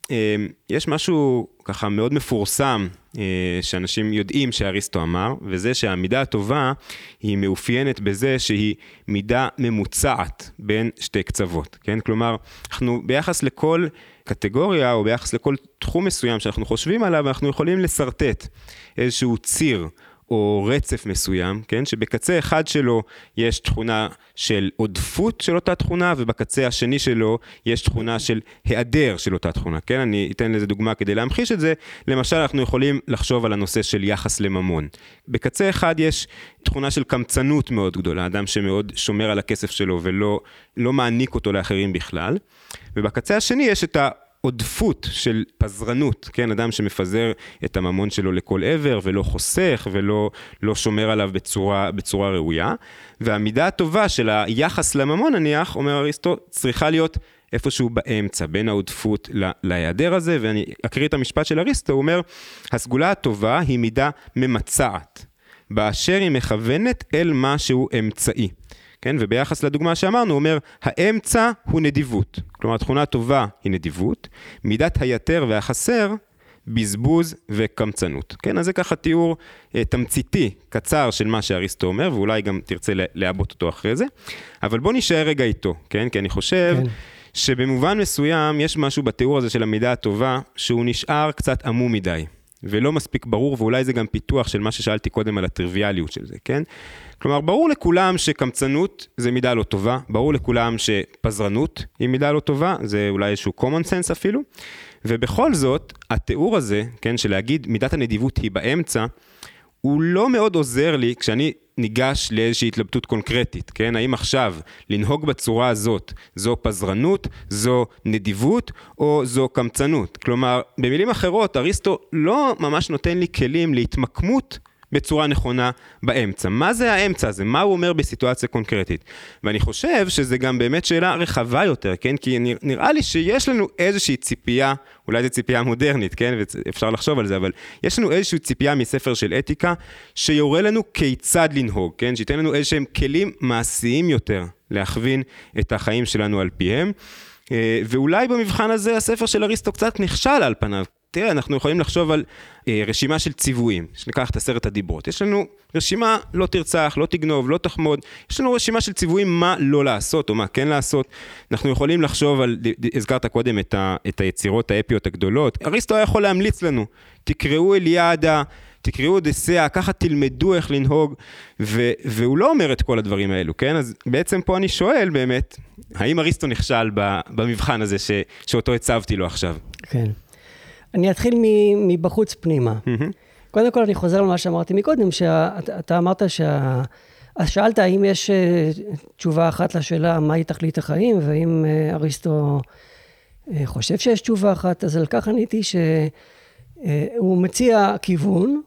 יש משהו ככה מאוד מפורסם שאנשים יודעים שאריסטו אמר, וזה שהמידה הטובה היא מאופיינת בזה שהיא מידה ממוצעת בין שתי קצוות, כן? כלומר, אנחנו ביחס לכל קטגוריה או ביחס לכל תחום מסוים שאנחנו חושבים עליו, אנחנו יכולים לסרטט איזשהו ציר או רצף מסוים, כן? שבקצה אחד שלו יש תכונה של עודפות של אותה תכונה, ובקצה השני שלו יש תכונה של היעדר של אותה תכונה, כן? אני אתן לזה דוגמה כדי להמחיש את זה. למשל, אנחנו יכולים לחשוב על הנושא של יחס לממון. בקצה אחד יש תכונה של קמצנות מאוד גדולה, אדם שמאוד שומר על הכסף שלו ולא לא מעניק אותו לאחרים בכלל. ובקצה השני יש את ה עודפות של פזרנות, כן, אדם שמפזר את הממון שלו לכל עבר ולא חוסך ולא לא שומר עליו בצורה בצורה ראויה, והמידה הטובה של היחס לממון נניח, אומר אריסטו, צריכה להיות איפשהו באמצע, בין העודפות להיעדר הזה, ואני אקריא את המשפט של אריסטו, הוא אומר, הסגולה הטובה היא מידה ממצעת, באשר היא מכוונת אל משהו אמצעי. כן? וביחס לדוגמה שאמרנו, הוא אומר, האמצע הוא נדיבות. כלומר, התכונה הטובה היא נדיבות, מידת היתר והחסר, בזבוז וקמצנות. כן? אז זה ככה תיאור אה, תמציתי, קצר של מה שאריסטו אומר, ואולי גם תרצה לעבות אותו אחרי זה. אבל בוא נשאר רגע איתו, כן? כי אני חושב כן. שבמובן מסוים יש משהו בתיאור הזה של המידה הטובה, שהוא נשאר קצת עמום מדי. ולא מספיק ברור, ואולי זה גם פיתוח של מה ששאלתי קודם על הטריוויאליות של זה, כן? כלומר, ברור לכולם שקמצנות זה מידה לא טובה, ברור לכולם שפזרנות היא מידה לא טובה, זה אולי איזשהו common sense אפילו, ובכל זאת, התיאור הזה, כן, שלהגיד מידת הנדיבות היא באמצע, הוא לא מאוד עוזר לי כשאני ניגש לאיזושהי התלבטות קונקרטית, כן? האם עכשיו לנהוג בצורה הזאת, זו פזרנות, זו נדיבות, או זו קמצנות? כלומר, במילים אחרות, אריסטו לא ממש נותן לי כלים להתמקמות בצורה נכונה באמצע. מה זה האמצע הזה? מה הוא אומר בסיטואציה קונקרטית? ואני חושב שזה גם באמת שאלה רחבה יותר, כן? כי נראה לי שיש לנו איזושהי ציפייה, אולי זו ציפייה מודרנית, כן? ואפשר לחשוב על זה, אבל יש לנו איזושהי ציפייה מספר של אתיקה, שיורה לנו כיצד לנהוג, כן? שייתן לנו איזשהם כלים מעשיים יותר להכווין את החיים שלנו על פיהם. ואולי במבחן הזה הספר של אריסטו קצת נכשל על פניו. תראה, אנחנו יכולים לחשוב על אה, רשימה של ציוויים, שניקח את עשרת הדיברות. יש לנו רשימה לא תרצח, לא תגנוב, לא תחמוד. יש לנו רשימה של ציוויים מה לא לעשות או מה כן לעשות. אנחנו יכולים לחשוב על, הזכרת קודם את, ה, את היצירות האפיות הגדולות. אריסטו היה יכול להמליץ לנו, תקראו אליאדה, תקראו אודיסאה, ככה תלמדו איך לנהוג, ו, והוא לא אומר את כל הדברים האלו, כן? אז בעצם פה אני שואל באמת, האם אריסטו נכשל במבחן הזה ש, שאותו הצבתי לו עכשיו? כן. אני אתחיל מבחוץ פנימה. Mm-hmm. קודם כל אני חוזר למה שאמרתי מקודם, שאתה אמרת שה... אז שאלת האם יש תשובה אחת לשאלה מהי תכלית החיים, והאם אריסטו חושב שיש תשובה אחת, אז על כך עניתי שהוא מציע כיוון,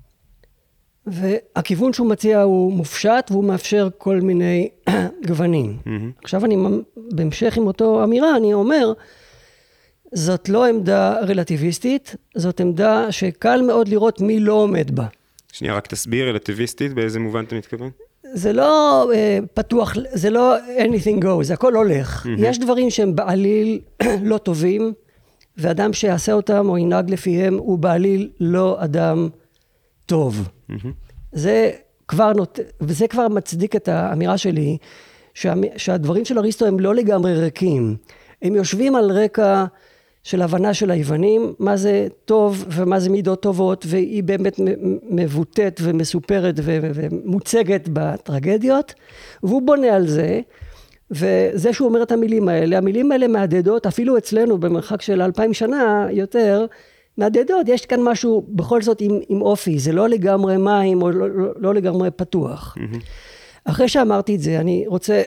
והכיוון שהוא מציע הוא מופשט, והוא מאפשר כל מיני גוונים. Mm-hmm. עכשיו אני, בהמשך עם אותו אמירה, אני אומר, זאת לא עמדה רלטיביסטית, זאת עמדה שקל מאוד לראות מי לא עומד בה. שנייה, רק תסביר רלטיביסטית, באיזה מובן אתה מתכוון? זה לא uh, פתוח, זה לא anything goes, זה הכל הולך. Mm-hmm. יש דברים שהם בעליל לא טובים, ואדם שיעשה אותם או ינהג לפיהם הוא בעליל לא אדם טוב. Mm-hmm. זה כבר נות... וזה כבר מצדיק את האמירה שלי, שה... שהדברים של אריסטו הם לא לגמרי ריקים. הם יושבים על רקע של הבנה של היוונים, מה זה טוב ומה זה מידות טובות, והיא באמת מבוטאת ומסופרת ומוצגת בטרגדיות, והוא בונה על זה, וזה שהוא אומר את המילים האלה, המילים האלה מהדהדות, אפילו אצלנו במרחק של אלפיים שנה יותר, מהדהדות, יש כאן משהו בכל זאת עם, עם אופי, זה לא לגמרי מים או לא, לא, לא לגמרי פתוח. Mm-hmm. אחרי שאמרתי את זה, אני רוצה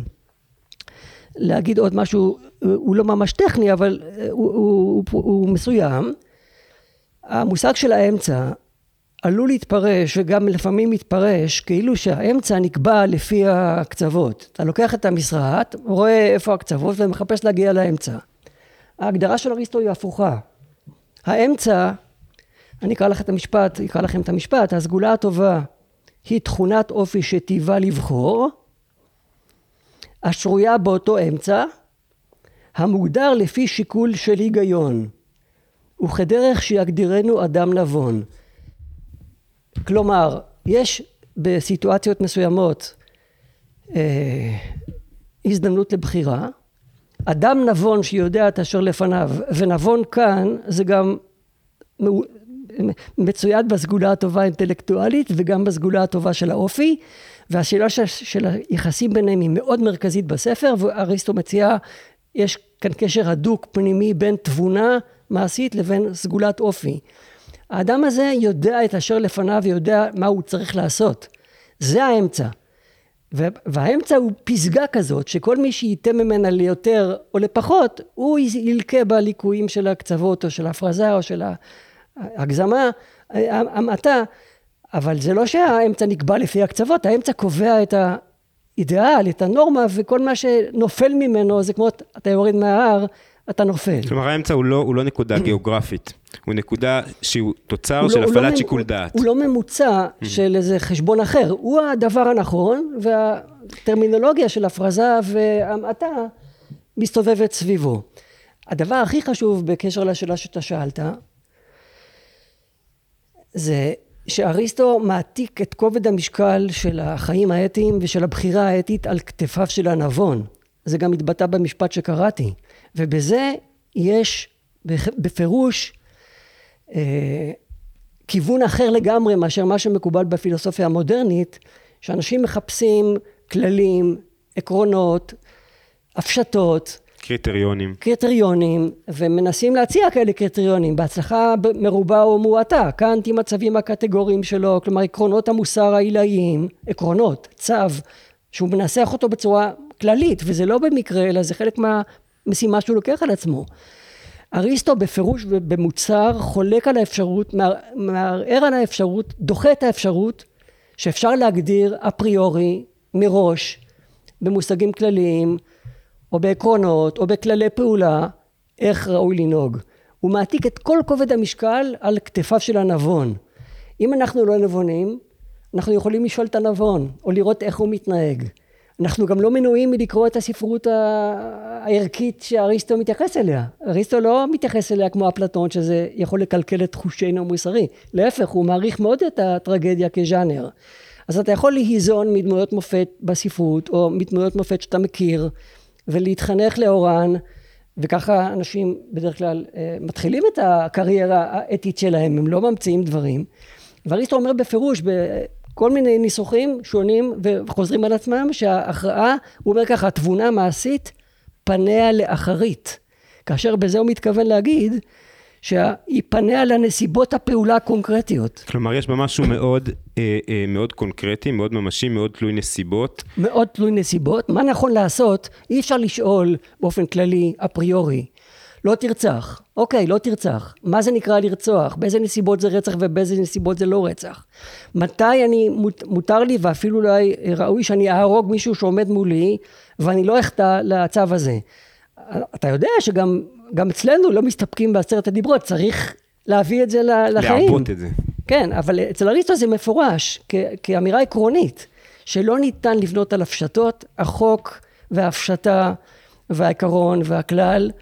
להגיד עוד משהו, הוא לא ממש טכני, אבל הוא, הוא, הוא, הוא מסוים. המושג של האמצע עלול להתפרש, וגם לפעמים מתפרש, כאילו שהאמצע נקבע לפי הקצוות. אתה לוקח את המשרעת, רואה איפה הקצוות, ומחפש להגיע לאמצע. ההגדרה של אריסטו היא הפוכה. האמצע, אני אקרא לכם את המשפט, אקרא לכם את המשפט, הסגולה הטובה היא תכונת אופי שטבעה לבחור, השרויה באותו אמצע, המוגדר לפי שיקול של היגיון, וכדרך שיגדירנו אדם נבון. כלומר, יש בסיטואציות מסוימות אה, הזדמנות לבחירה, אדם נבון שיודע את אשר לפניו, ונבון כאן זה גם מצויד בסגולה הטובה האינטלקטואלית, וגם בסגולה הטובה של האופי, והשאלה של, של היחסים ביניהם היא מאוד מרכזית בספר, ואריסטו מציע, יש כאן קשר הדוק פנימי בין תבונה מעשית לבין סגולת אופי. האדם הזה יודע את אשר לפניו ויודע מה הוא צריך לעשות. זה האמצע. והאמצע הוא פסגה כזאת, שכל מי שייתן ממנה ליותר או לפחות, הוא ילקה בליקויים של הקצוות או של ההפרזה או של ההגזמה, המעטה, אבל זה לא שהאמצע נקבע לפי הקצוות, האמצע קובע את האידאל, את הנורמה, וכל מה שנופל ממנו, זה כמו אתה יורד מההר, אתה נופל. כלומר, האמצע הוא לא, הוא לא נקודה גיאוגרפית, הוא נקודה שהוא תוצר של הפעלת שיקול דעת. הוא לא ממוצע של איזה חשבון אחר, הוא הדבר הנכון, והטרמינולוגיה של הפרזה והמעטה מסתובבת סביבו. הדבר הכי חשוב בקשר לשאלה שאתה שאלת, זה שאריסטו מעתיק את כובד המשקל של החיים האתיים ושל הבחירה האתית על כתפיו של הנבון. זה גם התבטא במשפט שקראתי. ובזה יש בפירוש אה, כיוון אחר לגמרי מאשר מה שמקובל בפילוסופיה המודרנית, שאנשים מחפשים כללים, עקרונות, הפשטות, קריטריונים. קריטריונים, ומנסים להציע כאלה קריטריונים, בהצלחה מרובה או מועטה, קאנט עם הצווים הקטגוריים שלו, כלומר עקרונות המוסר העילאיים, עקרונות, צו, שהוא מנסח אותו בצורה כללית, וזה לא במקרה, אלא זה חלק מהמשימה שהוא לוקח על עצמו. אריסטו בפירוש ובמוצר חולק על האפשרות, מערער על האפשרות, דוחה את האפשרות, שאפשר להגדיר אפריורי, מראש, במושגים כלליים, או בעקרונות, או בכללי פעולה, איך ראוי לנהוג. הוא מעתיק את כל כובד המשקל על כתפיו של הנבון. אם אנחנו לא נבונים, אנחנו יכולים לשאול את הנבון, או לראות איך הוא מתנהג. אנחנו גם לא מנועים מלקרוא את הספרות הערכית שאריסטו מתייחס אליה. אריסטו לא מתייחס אליה כמו אפלטון, שזה יכול לקלקל את חושנו המוסרי. להפך, הוא מעריך מאוד את הטרגדיה כז'אנר. אז אתה יכול להיזון מדמויות מופת בספרות, או מדמויות מופת שאתה מכיר, ולהתחנך לאורן, וככה אנשים בדרך כלל מתחילים את הקריירה האתית שלהם, הם לא ממציאים דברים. ואריסטו אומר בפירוש, בכל מיני ניסוחים שונים וחוזרים על עצמם, שההכרעה, הוא אומר ככה, תבונה מעשית פניה לאחרית. כאשר בזה הוא מתכוון להגיד, שהיא פניה לנסיבות הפעולה הקונקרטיות. כלומר, יש בה משהו מאוד, אה, אה, מאוד קונקרטי, מאוד ממשי, מאוד תלוי נסיבות. מאוד תלוי נסיבות. מה נכון לעשות? אי אפשר לשאול באופן כללי, אפריורי. לא תרצח. אוקיי, לא תרצח. מה זה נקרא לרצוח? באיזה נסיבות זה רצח ובאיזה נסיבות זה לא רצח? מתי אני, מותר לי ואפילו אולי ראוי שאני אהרוג מישהו שעומד מולי, ואני לא אחטא לצו הזה. אתה יודע שגם גם אצלנו לא מסתפקים בעשרת הדיברות, צריך להביא את זה לחיים. לעבות את זה. כן, אבל אצל אריסטו זה מפורש, כ- כאמירה עקרונית, שלא ניתן לבנות על הפשטות, החוק וההפשטה והעיקרון והכלל,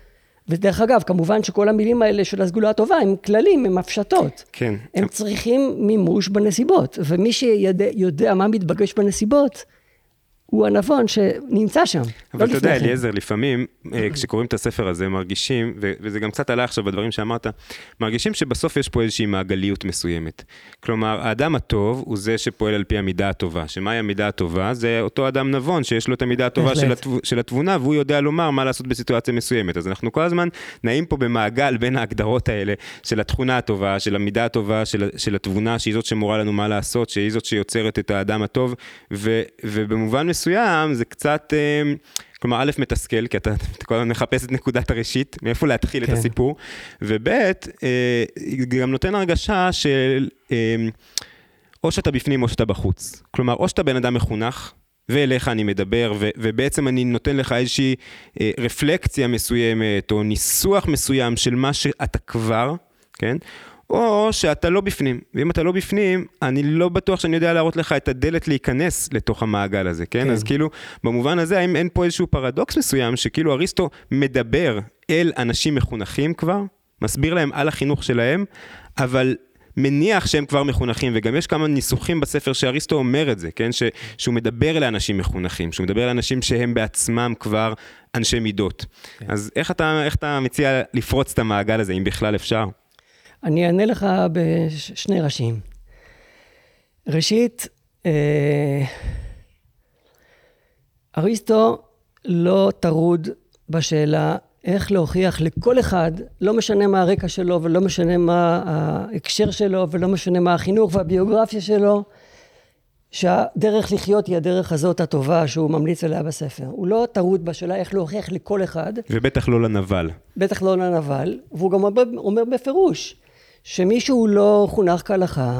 ודרך אגב, כמובן שכל המילים האלה של הסגולה הטובה, הם כללים, הם הפשטות. כן. הם צריכים מימוש בנסיבות, ומי שיודע מה מתבקש בנסיבות, הוא הנבון שנמצא שם. אבל אתה יודע, אליעזר, לפעמים, כשקוראים את הספר הזה, מרגישים, וזה גם קצת עלה עכשיו בדברים שאמרת, מרגישים שבסוף יש פה איזושהי מעגליות מסוימת. כלומר, האדם הטוב הוא זה שפועל על פי המידה הטובה. שמהי המידה הטובה? זה אותו אדם נבון שיש לו את המידה הטובה של התבונה, והוא יודע לומר מה לעשות בסיטואציה מסוימת. אז אנחנו כל הזמן נעים פה במעגל בין ההגדרות האלה של התכונה הטובה, של המידה הטובה, של התבונה, שהיא זאת שמורה לנו מה לעשות, שהיא זאת שיוצרת את האדם הטוב, ו, ובמובן מסוים, זה קצת, כלומר, א' מתסכל, כי אתה, אתה כל הזמן מחפש את נקודת הראשית, מאיפה להתחיל כן. את הסיפור, וב' גם נותן הרגשה של, או שאתה בפנים או שאתה בחוץ. כלומר, או שאתה בן אדם מחונך, ואליך אני מדבר, ו- ובעצם אני נותן לך איזושהי רפלקציה מסוימת, או ניסוח מסוים של מה שאתה כבר, כן? או שאתה לא בפנים, ואם אתה לא בפנים, אני לא בטוח שאני יודע להראות לך את הדלת להיכנס לתוך המעגל הזה, כן? כן. אז כאילו, במובן הזה, האם אין פה איזשהו פרדוקס מסוים, שכאילו אריסטו מדבר אל אנשים מחונכים כבר, מסביר להם על החינוך שלהם, אבל מניח שהם כבר מחונכים, וגם יש כמה ניסוחים בספר שאריסטו אומר את זה, כן? ש- שהוא מדבר לאנשים מחונכים, שהוא מדבר לאנשים שהם בעצמם כבר אנשי מידות. כן. אז איך אתה, איך אתה מציע לפרוץ את המעגל הזה, אם בכלל אפשר? אני אענה לך בשני ראשים. ראשית, אריסטו לא טרוד בשאלה איך להוכיח לכל אחד, לא משנה מה הרקע שלו ולא משנה מה ההקשר שלו ולא משנה מה החינוך והביוגרפיה שלו, שהדרך לחיות היא הדרך הזאת הטובה שהוא ממליץ עליה בספר. הוא לא טרוד בשאלה איך להוכיח לכל אחד. ובטח לא לנבל. בטח לא לנבל, והוא גם אומר, אומר בפירוש, שמישהו לא חונך כהלכה,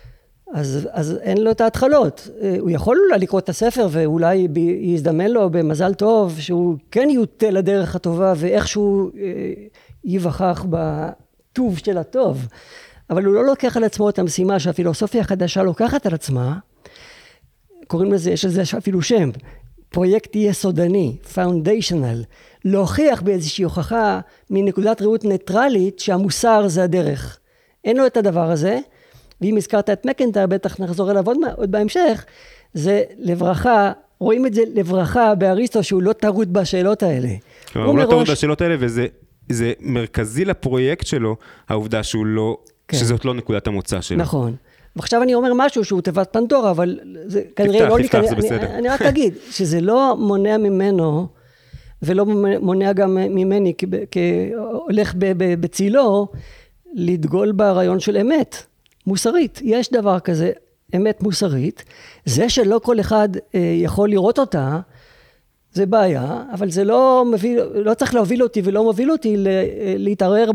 אז, אז אין לו את ההתחלות. הוא יכול אולי לקרוא את הספר, ואולי ב, יזדמן לו במזל טוב, שהוא כן יוטה לדרך הטובה, ואיכשהו אה, יבחח בטוב של הטוב. אבל הוא לא לוקח על עצמו את המשימה שהפילוסופיה החדשה לוקחת על עצמה, קוראים לזה, יש לזה אפילו שם, פרויקט יסודני, foundational, להוכיח באיזושהי הוכחה מנקודת ראות ניטרלית שהמוסר זה הדרך. אין לו את הדבר הזה, ואם הזכרת את מקנטר, בטח נחזור אליו עוד, עוד בהמשך, זה לברכה, רואים את זה לברכה באריסטו שהוא לא טרוד בשאלות האלה. הוא, הוא לא מראש... טרוד בשאלות האלה, וזה זה מרכזי לפרויקט שלו, העובדה שהוא לא, כן. שזאת לא נקודת המוצא שלו. נכון. ועכשיו אני אומר משהו שהוא תיבת פנדורה, אבל זה כנראה תפתח, לא תפתח, לי... זה בסדר. אני, אני רק אגיד, שזה לא מונע ממנו, ולא מונע גם ממני, כהולך בצילו, לדגול ברעיון של אמת, מוסרית. יש דבר כזה, אמת מוסרית. זה שלא כל אחד יכול לראות אותה, זה בעיה, אבל זה לא מביא, לא צריך להוביל אותי ולא מוביל אותי להתערער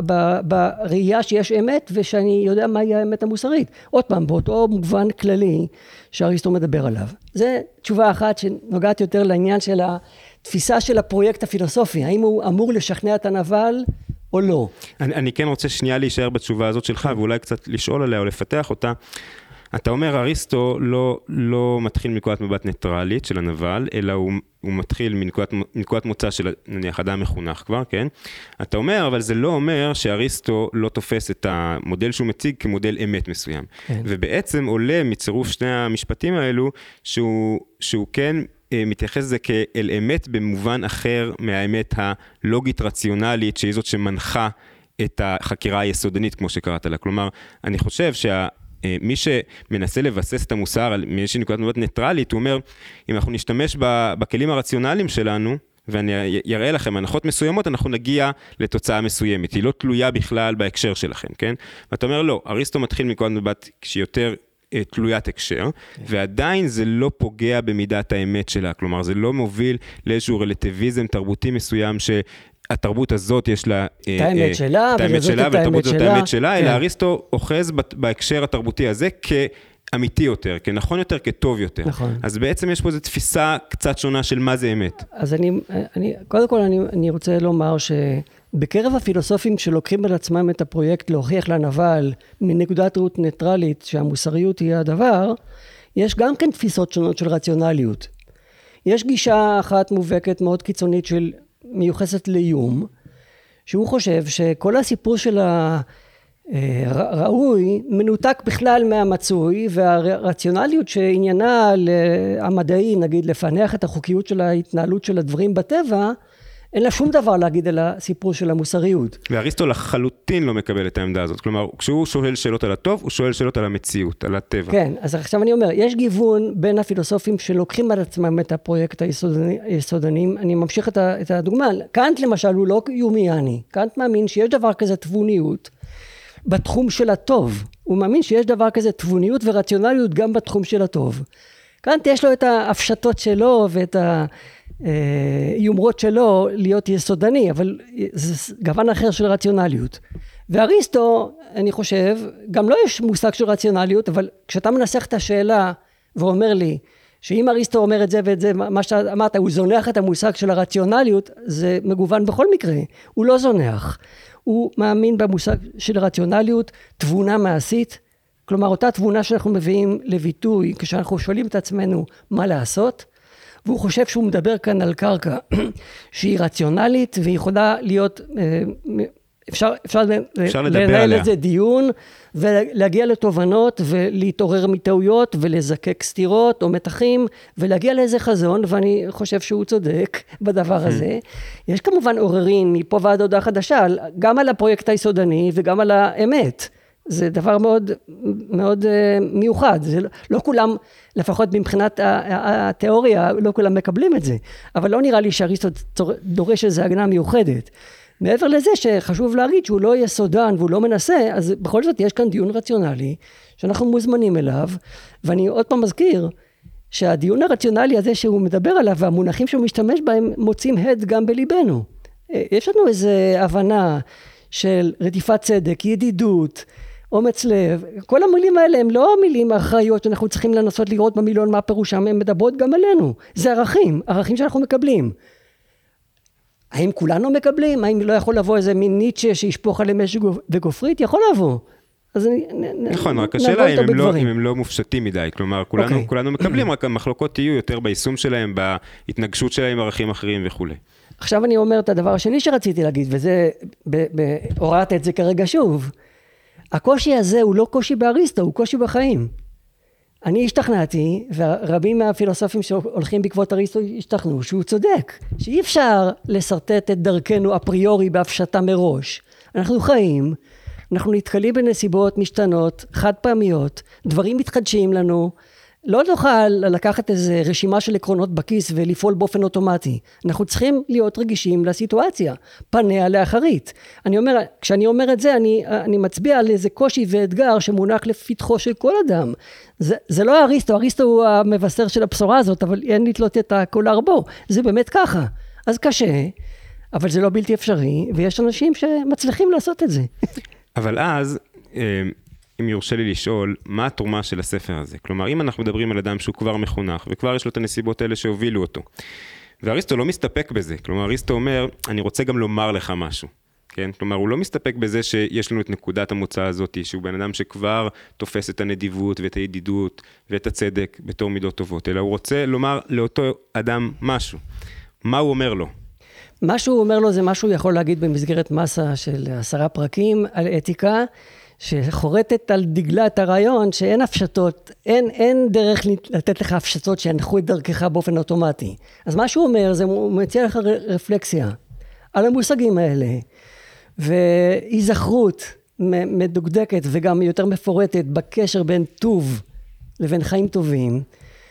בראייה שיש אמת, ושאני יודע מהי האמת המוסרית. עוד פעם, באותו מובן כללי שאריסטו מדבר עליו. זה תשובה אחת שנוגעת יותר לעניין של התפיסה של הפרויקט הפילוסופי, האם הוא אמור לשכנע את הנבל או לא. אני, אני כן רוצה שנייה להישאר בתשובה הזאת שלך, ואולי קצת לשאול עליה או לפתח אותה. אתה אומר, אריסטו לא, לא מתחיל מנקודת מבט ניטרלית של הנבל, אלא הוא, הוא מתחיל מנקודת, מנקודת מוצא של נניח אדם מחונך כבר, כן? אתה אומר, אבל זה לא אומר שאריסטו לא תופס את המודל שהוא מציג כמודל אמת מסוים. כן. ובעצם עולה מצירוף שני המשפטים האלו, שהוא, שהוא כן מתייחס לזה כאל אמת במובן אחר מהאמת הלוגית רציונלית, שהיא זאת שמנחה את החקירה היסודנית, כמו שקראת לה. כלומר, אני חושב שה... מי שמנסה לבסס את המוסר על מאיזושהי נקודת מבט ניטרלית, הוא אומר, אם אנחנו נשתמש בכלים הרציונליים שלנו, ואני אראה לכם, הנחות מסוימות, אנחנו נגיע לתוצאה מסוימת. היא לא תלויה בכלל בהקשר שלכם, כן? ואתה אומר, לא, אריסטו מתחיל מנקודת מבט שיותר תלוית הקשר, ועדיין זה לא פוגע במידת האמת שלה. כלומר, זה לא מוביל לאיזשהו רלטיביזם תרבותי מסוים ש... התרבות הזאת יש לה את האמת שלה, את האמת שלה, והתרבות זאת האמת שלה, אלא אריסטו אוחז בהקשר התרבותי הזה כאמיתי יותר, כנכון יותר, כטוב יותר. אז בעצם יש פה איזו תפיסה קצת שונה של מה זה אמת. אז אני, אני, קודם כל אני, אני רוצה לומר שבקרב הפילוסופים שלוקחים על עצמם את הפרויקט להוכיח לנבל מנקודת ראות ניטרלית שהמוסריות היא הדבר, יש גם כן תפיסות שונות של רציונליות. יש גישה אחת מובהקת מאוד קיצונית של מיוחסת לאיום, שהוא חושב שכל הסיפור של הראוי מנותק בכלל מהמצוי, והרציונליות שעניינה המדעי, נגיד לפענח את החוקיות של ההתנהלות של הדברים בטבע, אין לה שום דבר להגיד על הסיפור של המוסריות. ואריסטו לחלוטין לא מקבל את העמדה הזאת. כלומר, כשהוא שואל שאלות על הטוב, הוא שואל שאלות על המציאות, על הטבע. כן, אז עכשיו אני אומר, יש גיוון בין הפילוסופים שלוקחים על עצמם את הפרויקט היסודני, היסודנים. אני ממשיך את, ה, את הדוגמה. קאנט למשל הוא לא יומיאני. קאנט מאמין שיש דבר כזה תבוניות בתחום של הטוב. הוא מאמין שיש דבר כזה תבוניות ורציונליות גם בתחום של הטוב. קאנט יש לו את ההפשטות שלו ואת ה... יומרות שלו להיות יסודני, אבל זה גוון אחר של רציונליות. ואריסטו, אני חושב, גם לא יש מושג של רציונליות, אבל כשאתה מנסח את השאלה ואומר לי, שאם אריסטו אומר את זה ואת זה, מה שאמרת, הוא זונח את המושג של הרציונליות, זה מגוון בכל מקרה. הוא לא זונח. הוא מאמין במושג של רציונליות, תבונה מעשית, כלומר אותה תבונה שאנחנו מביאים לביטוי, כשאנחנו שואלים את עצמנו מה לעשות, והוא חושב שהוא מדבר כאן על קרקע שהיא רציונלית והיא יכולה להיות, אפשר, אפשר, אפשר לדבר לנהל עליה. את זה דיון ולהגיע לתובנות ולהתעורר מטעויות ולזקק סתירות או מתחים ולהגיע לאיזה חזון, ואני חושב שהוא צודק בדבר הזה. יש כמובן עוררין מפה ועד הודעה חדשה, גם על הפרויקט היסודני וגם על האמת. זה דבר מאוד, מאוד מיוחד. זה לא, לא כולם, לפחות מבחינת התיאוריה, לא כולם מקבלים את זה. אבל לא נראה לי שאריסטו דורש איזו הגנה מיוחדת. מעבר לזה שחשוב להגיד שהוא לא יסודן והוא לא מנסה, אז בכל זאת יש כאן דיון רציונלי שאנחנו מוזמנים אליו, ואני עוד פעם מזכיר שהדיון הרציונלי הזה שהוא מדבר עליו והמונחים שהוא משתמש בהם מוצאים הד גם בליבנו. יש לנו איזו הבנה של רדיפת צדק, ידידות, אומץ לב, כל המילים האלה הם לא מילים אחראיות שאנחנו צריכים לנסות לראות במילון מה פירושם, הם מדברות גם עלינו. זה ערכים, ערכים שאנחנו מקבלים. האם כולנו מקבלים? האם לא יכול לבוא איזה מין ניטשה שישפוך עליהם אש וגופרית? יכול לבוא. אז נכון, רק השאלה אם הם, לא, אם הם לא מופשטים מדי, כלומר כולנו, okay. כולנו מקבלים, רק המחלוקות יהיו יותר ביישום שלהם, בהתנגשות שלהם עם ערכים אחרים וכו'. עכשיו אני אומר את הדבר השני שרציתי להגיד, וזה, הוראת את זה כרגע שוב, הקושי הזה הוא לא קושי באריסטו, הוא קושי בחיים. אני השתכנעתי, ורבים מהפילוסופים שהולכים בעקבות אריסטו השתכנעו, שהוא צודק, שאי אפשר לסרטט את דרכנו אפריורי בהפשטה מראש. אנחנו חיים, אנחנו נתקלים בנסיבות משתנות, חד פעמיות, דברים מתחדשים לנו, לא נוכל לקחת איזה רשימה של עקרונות בכיס ולפעול באופן אוטומטי. אנחנו צריכים להיות רגישים לסיטואציה, פניה לאחרית. אני אומר, כשאני אומר את זה, אני, אני מצביע על איזה קושי ואתגר שמונח לפתחו של כל אדם. זה, זה לא אריסטו, אריסטו הוא המבשר של הבשורה הזאת, אבל אין לתלות את הכל הרבו. זה באמת ככה. אז קשה, אבל זה לא בלתי אפשרי, ויש אנשים שמצליחים לעשות את זה. אבל אז... אם יורשה לי לשאול, מה התרומה של הספר הזה? כלומר, אם אנחנו מדברים על אדם שהוא כבר מחונך, וכבר יש לו את הנסיבות האלה שהובילו אותו, ואריסטו לא מסתפק בזה, כלומר, אריסטו אומר, אני רוצה גם לומר לך משהו, כן? כלומר, הוא לא מסתפק בזה שיש לנו את נקודת המוצא הזאת, שהוא בן אדם שכבר תופס את הנדיבות ואת הידידות ואת הצדק בתור מידות טובות, אלא הוא רוצה לומר לאותו אדם משהו. מה הוא אומר לו? מה שהוא אומר לו זה מה שהוא יכול להגיד במסגרת מסה של עשרה פרקים על אתיקה, שחורטת על דגלה את הרעיון שאין הפשטות, אין, אין דרך לתת לך הפשטות שינחו את דרכך באופן אוטומטי. אז מה שהוא אומר זה, הוא מציע לך רפלקסיה על המושגים האלה, והיזכרות מדוקדקת וגם יותר מפורטת בקשר בין טוב לבין חיים טובים,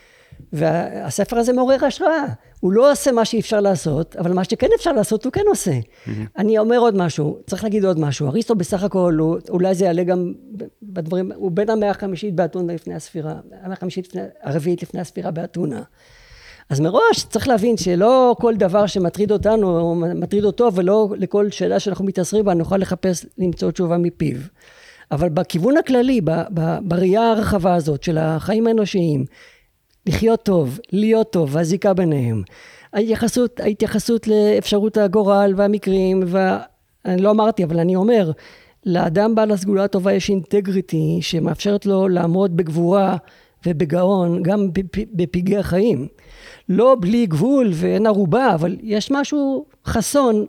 והספר הזה מעורר השראה. הוא לא עושה מה שאפשר לעשות, אבל מה שכן אפשר לעשות הוא כן עושה. Mm-hmm. אני אומר עוד משהו, צריך להגיד עוד משהו. אריסטו בסך הכל, הוא, אולי זה יעלה גם בדברים, הוא בין המאה החמישית באתונה לפני הספירה, המאה החמישית הרביעית לפני הספירה באתונה. אז מראש צריך להבין שלא כל דבר שמטריד אותנו, מטריד אותו, ולא לכל שאלה שאנחנו מתעשרים בה, נוכל לחפש למצוא תשובה מפיו. אבל בכיוון הכללי, ב, ב, בראייה הרחבה הזאת של החיים האנושיים, לחיות טוב, להיות טוב, והזיקה ביניהם. ההתייחסות, ההתייחסות לאפשרות הגורל והמקרים, ואני לא אמרתי, אבל אני אומר, לאדם בעל הסגולה הטובה יש אינטגריטי, שמאפשרת לו לעמוד בגבורה ובגאון, גם בפגעי החיים. לא בלי גבול ואין ערובה, אבל יש משהו חסון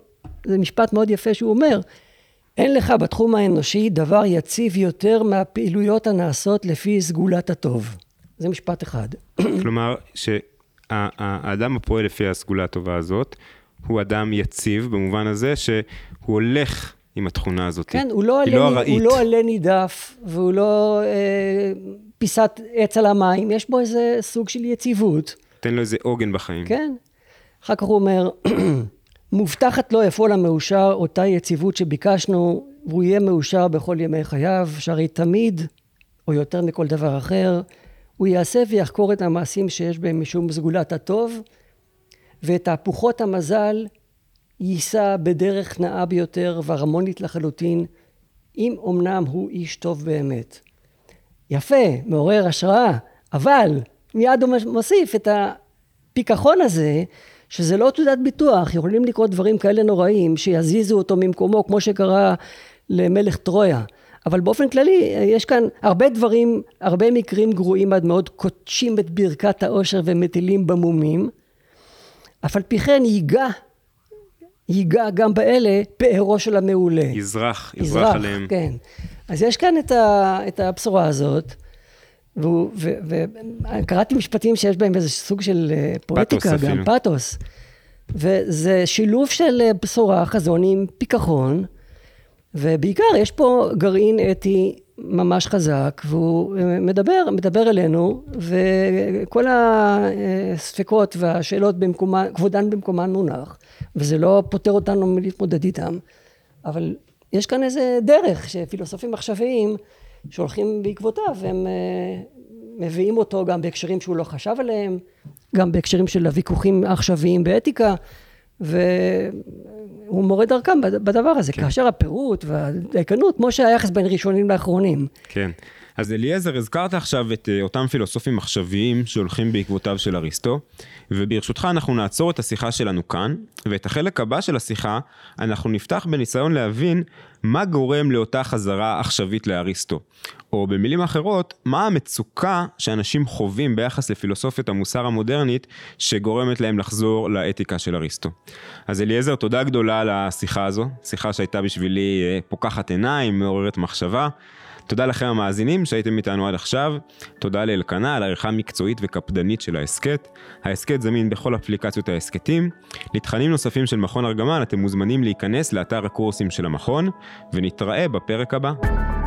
זה משפט מאוד יפה שהוא אומר, אין לך בתחום האנושי דבר יציב יותר מהפעילויות הנעשות לפי סגולת הטוב. זה משפט אחד. כלומר, שהאדם הפועל לפי הסגולה הטובה הזאת, הוא אדם יציב במובן הזה שהוא הולך עם התכונה הזאת. כן, הוא לא, לא עלה, הוא לא עלה נידף, והוא לא אה, פיסת עץ על המים, יש בו איזה סוג של יציבות. תן לו איזה עוגן בחיים. כן. אחר כך הוא אומר, מובטחת לו יפול המאושר, אותה יציבות שביקשנו, והוא יהיה מאושר בכל ימי חייו, שהרי תמיד, או יותר מכל דבר אחר, הוא יעשה ויחקור את המעשים שיש בהם משום סגולת הטוב, ואת תהפוכות המזל יישא בדרך נאה ביותר והרמונית לחלוטין, אם אמנם הוא איש טוב באמת. יפה, מעורר השראה, אבל מיד הוא מוסיף את הפיקחון הזה, שזה לא תעודת ביטוח, יכולים לקרות דברים כאלה נוראים, שיזיזו אותו ממקומו, כמו שקרה למלך טרויה. אבל באופן כללי, יש כאן הרבה דברים, הרבה מקרים גרועים עד מאוד, קודשים את ברכת האושר ומטילים במומים, אף על פי כן ייגע, ייגע גם באלה פארו של המעולה. יזרח, יזרח עליהם. כן. אז יש כאן את, ה, את הבשורה הזאת, וקראתי משפטים שיש בהם איזה סוג של פואטיקה, פאטוס גם פאטוס. וזה שילוב של בשורה, חזון עם פיקחון, ובעיקר יש פה גרעין אתי ממש חזק, והוא מדבר, מדבר אלינו, וכל הספקות והשאלות במקומן, כבודן במקומן מונח, וזה לא פותר אותנו מלהתמודד איתם, אבל יש כאן איזה דרך שפילוסופים עכשוויים שהולכים בעקבותיו, והם מביאים אותו גם בהקשרים שהוא לא חשב עליהם, גם בהקשרים של הוויכוחים העכשוויים באתיקה, והוא מורה דרכם בדבר הזה, כן. כאשר הפירוט והדייקנות, כמו שהיחס בין ראשונים לאחרונים. כן. אז אליעזר, הזכרת עכשיו את אותם פילוסופים עכשוויים שהולכים בעקבותיו של אריסטו, וברשותך אנחנו נעצור את השיחה שלנו כאן, ואת החלק הבא של השיחה אנחנו נפתח בניסיון להבין מה גורם לאותה חזרה עכשווית לאריסטו, או במילים אחרות, מה המצוקה שאנשים חווים ביחס לפילוסופית המוסר המודרנית שגורמת להם לחזור לאתיקה של אריסטו. אז אליעזר, תודה גדולה על השיחה הזו, שיחה שהייתה בשבילי פוקחת עיניים, מעוררת מחשבה. תודה לכם המאזינים שהייתם איתנו עד עכשיו, תודה לאלקנה על העריכה מקצועית וקפדנית של העסקת. העסקת זמין בכל אפליקציות העסקתים. לתכנים נוספים של מכון ארגמן אתם מוזמנים להיכנס לאתר הקורסים של המכון, ונתראה בפרק הבא.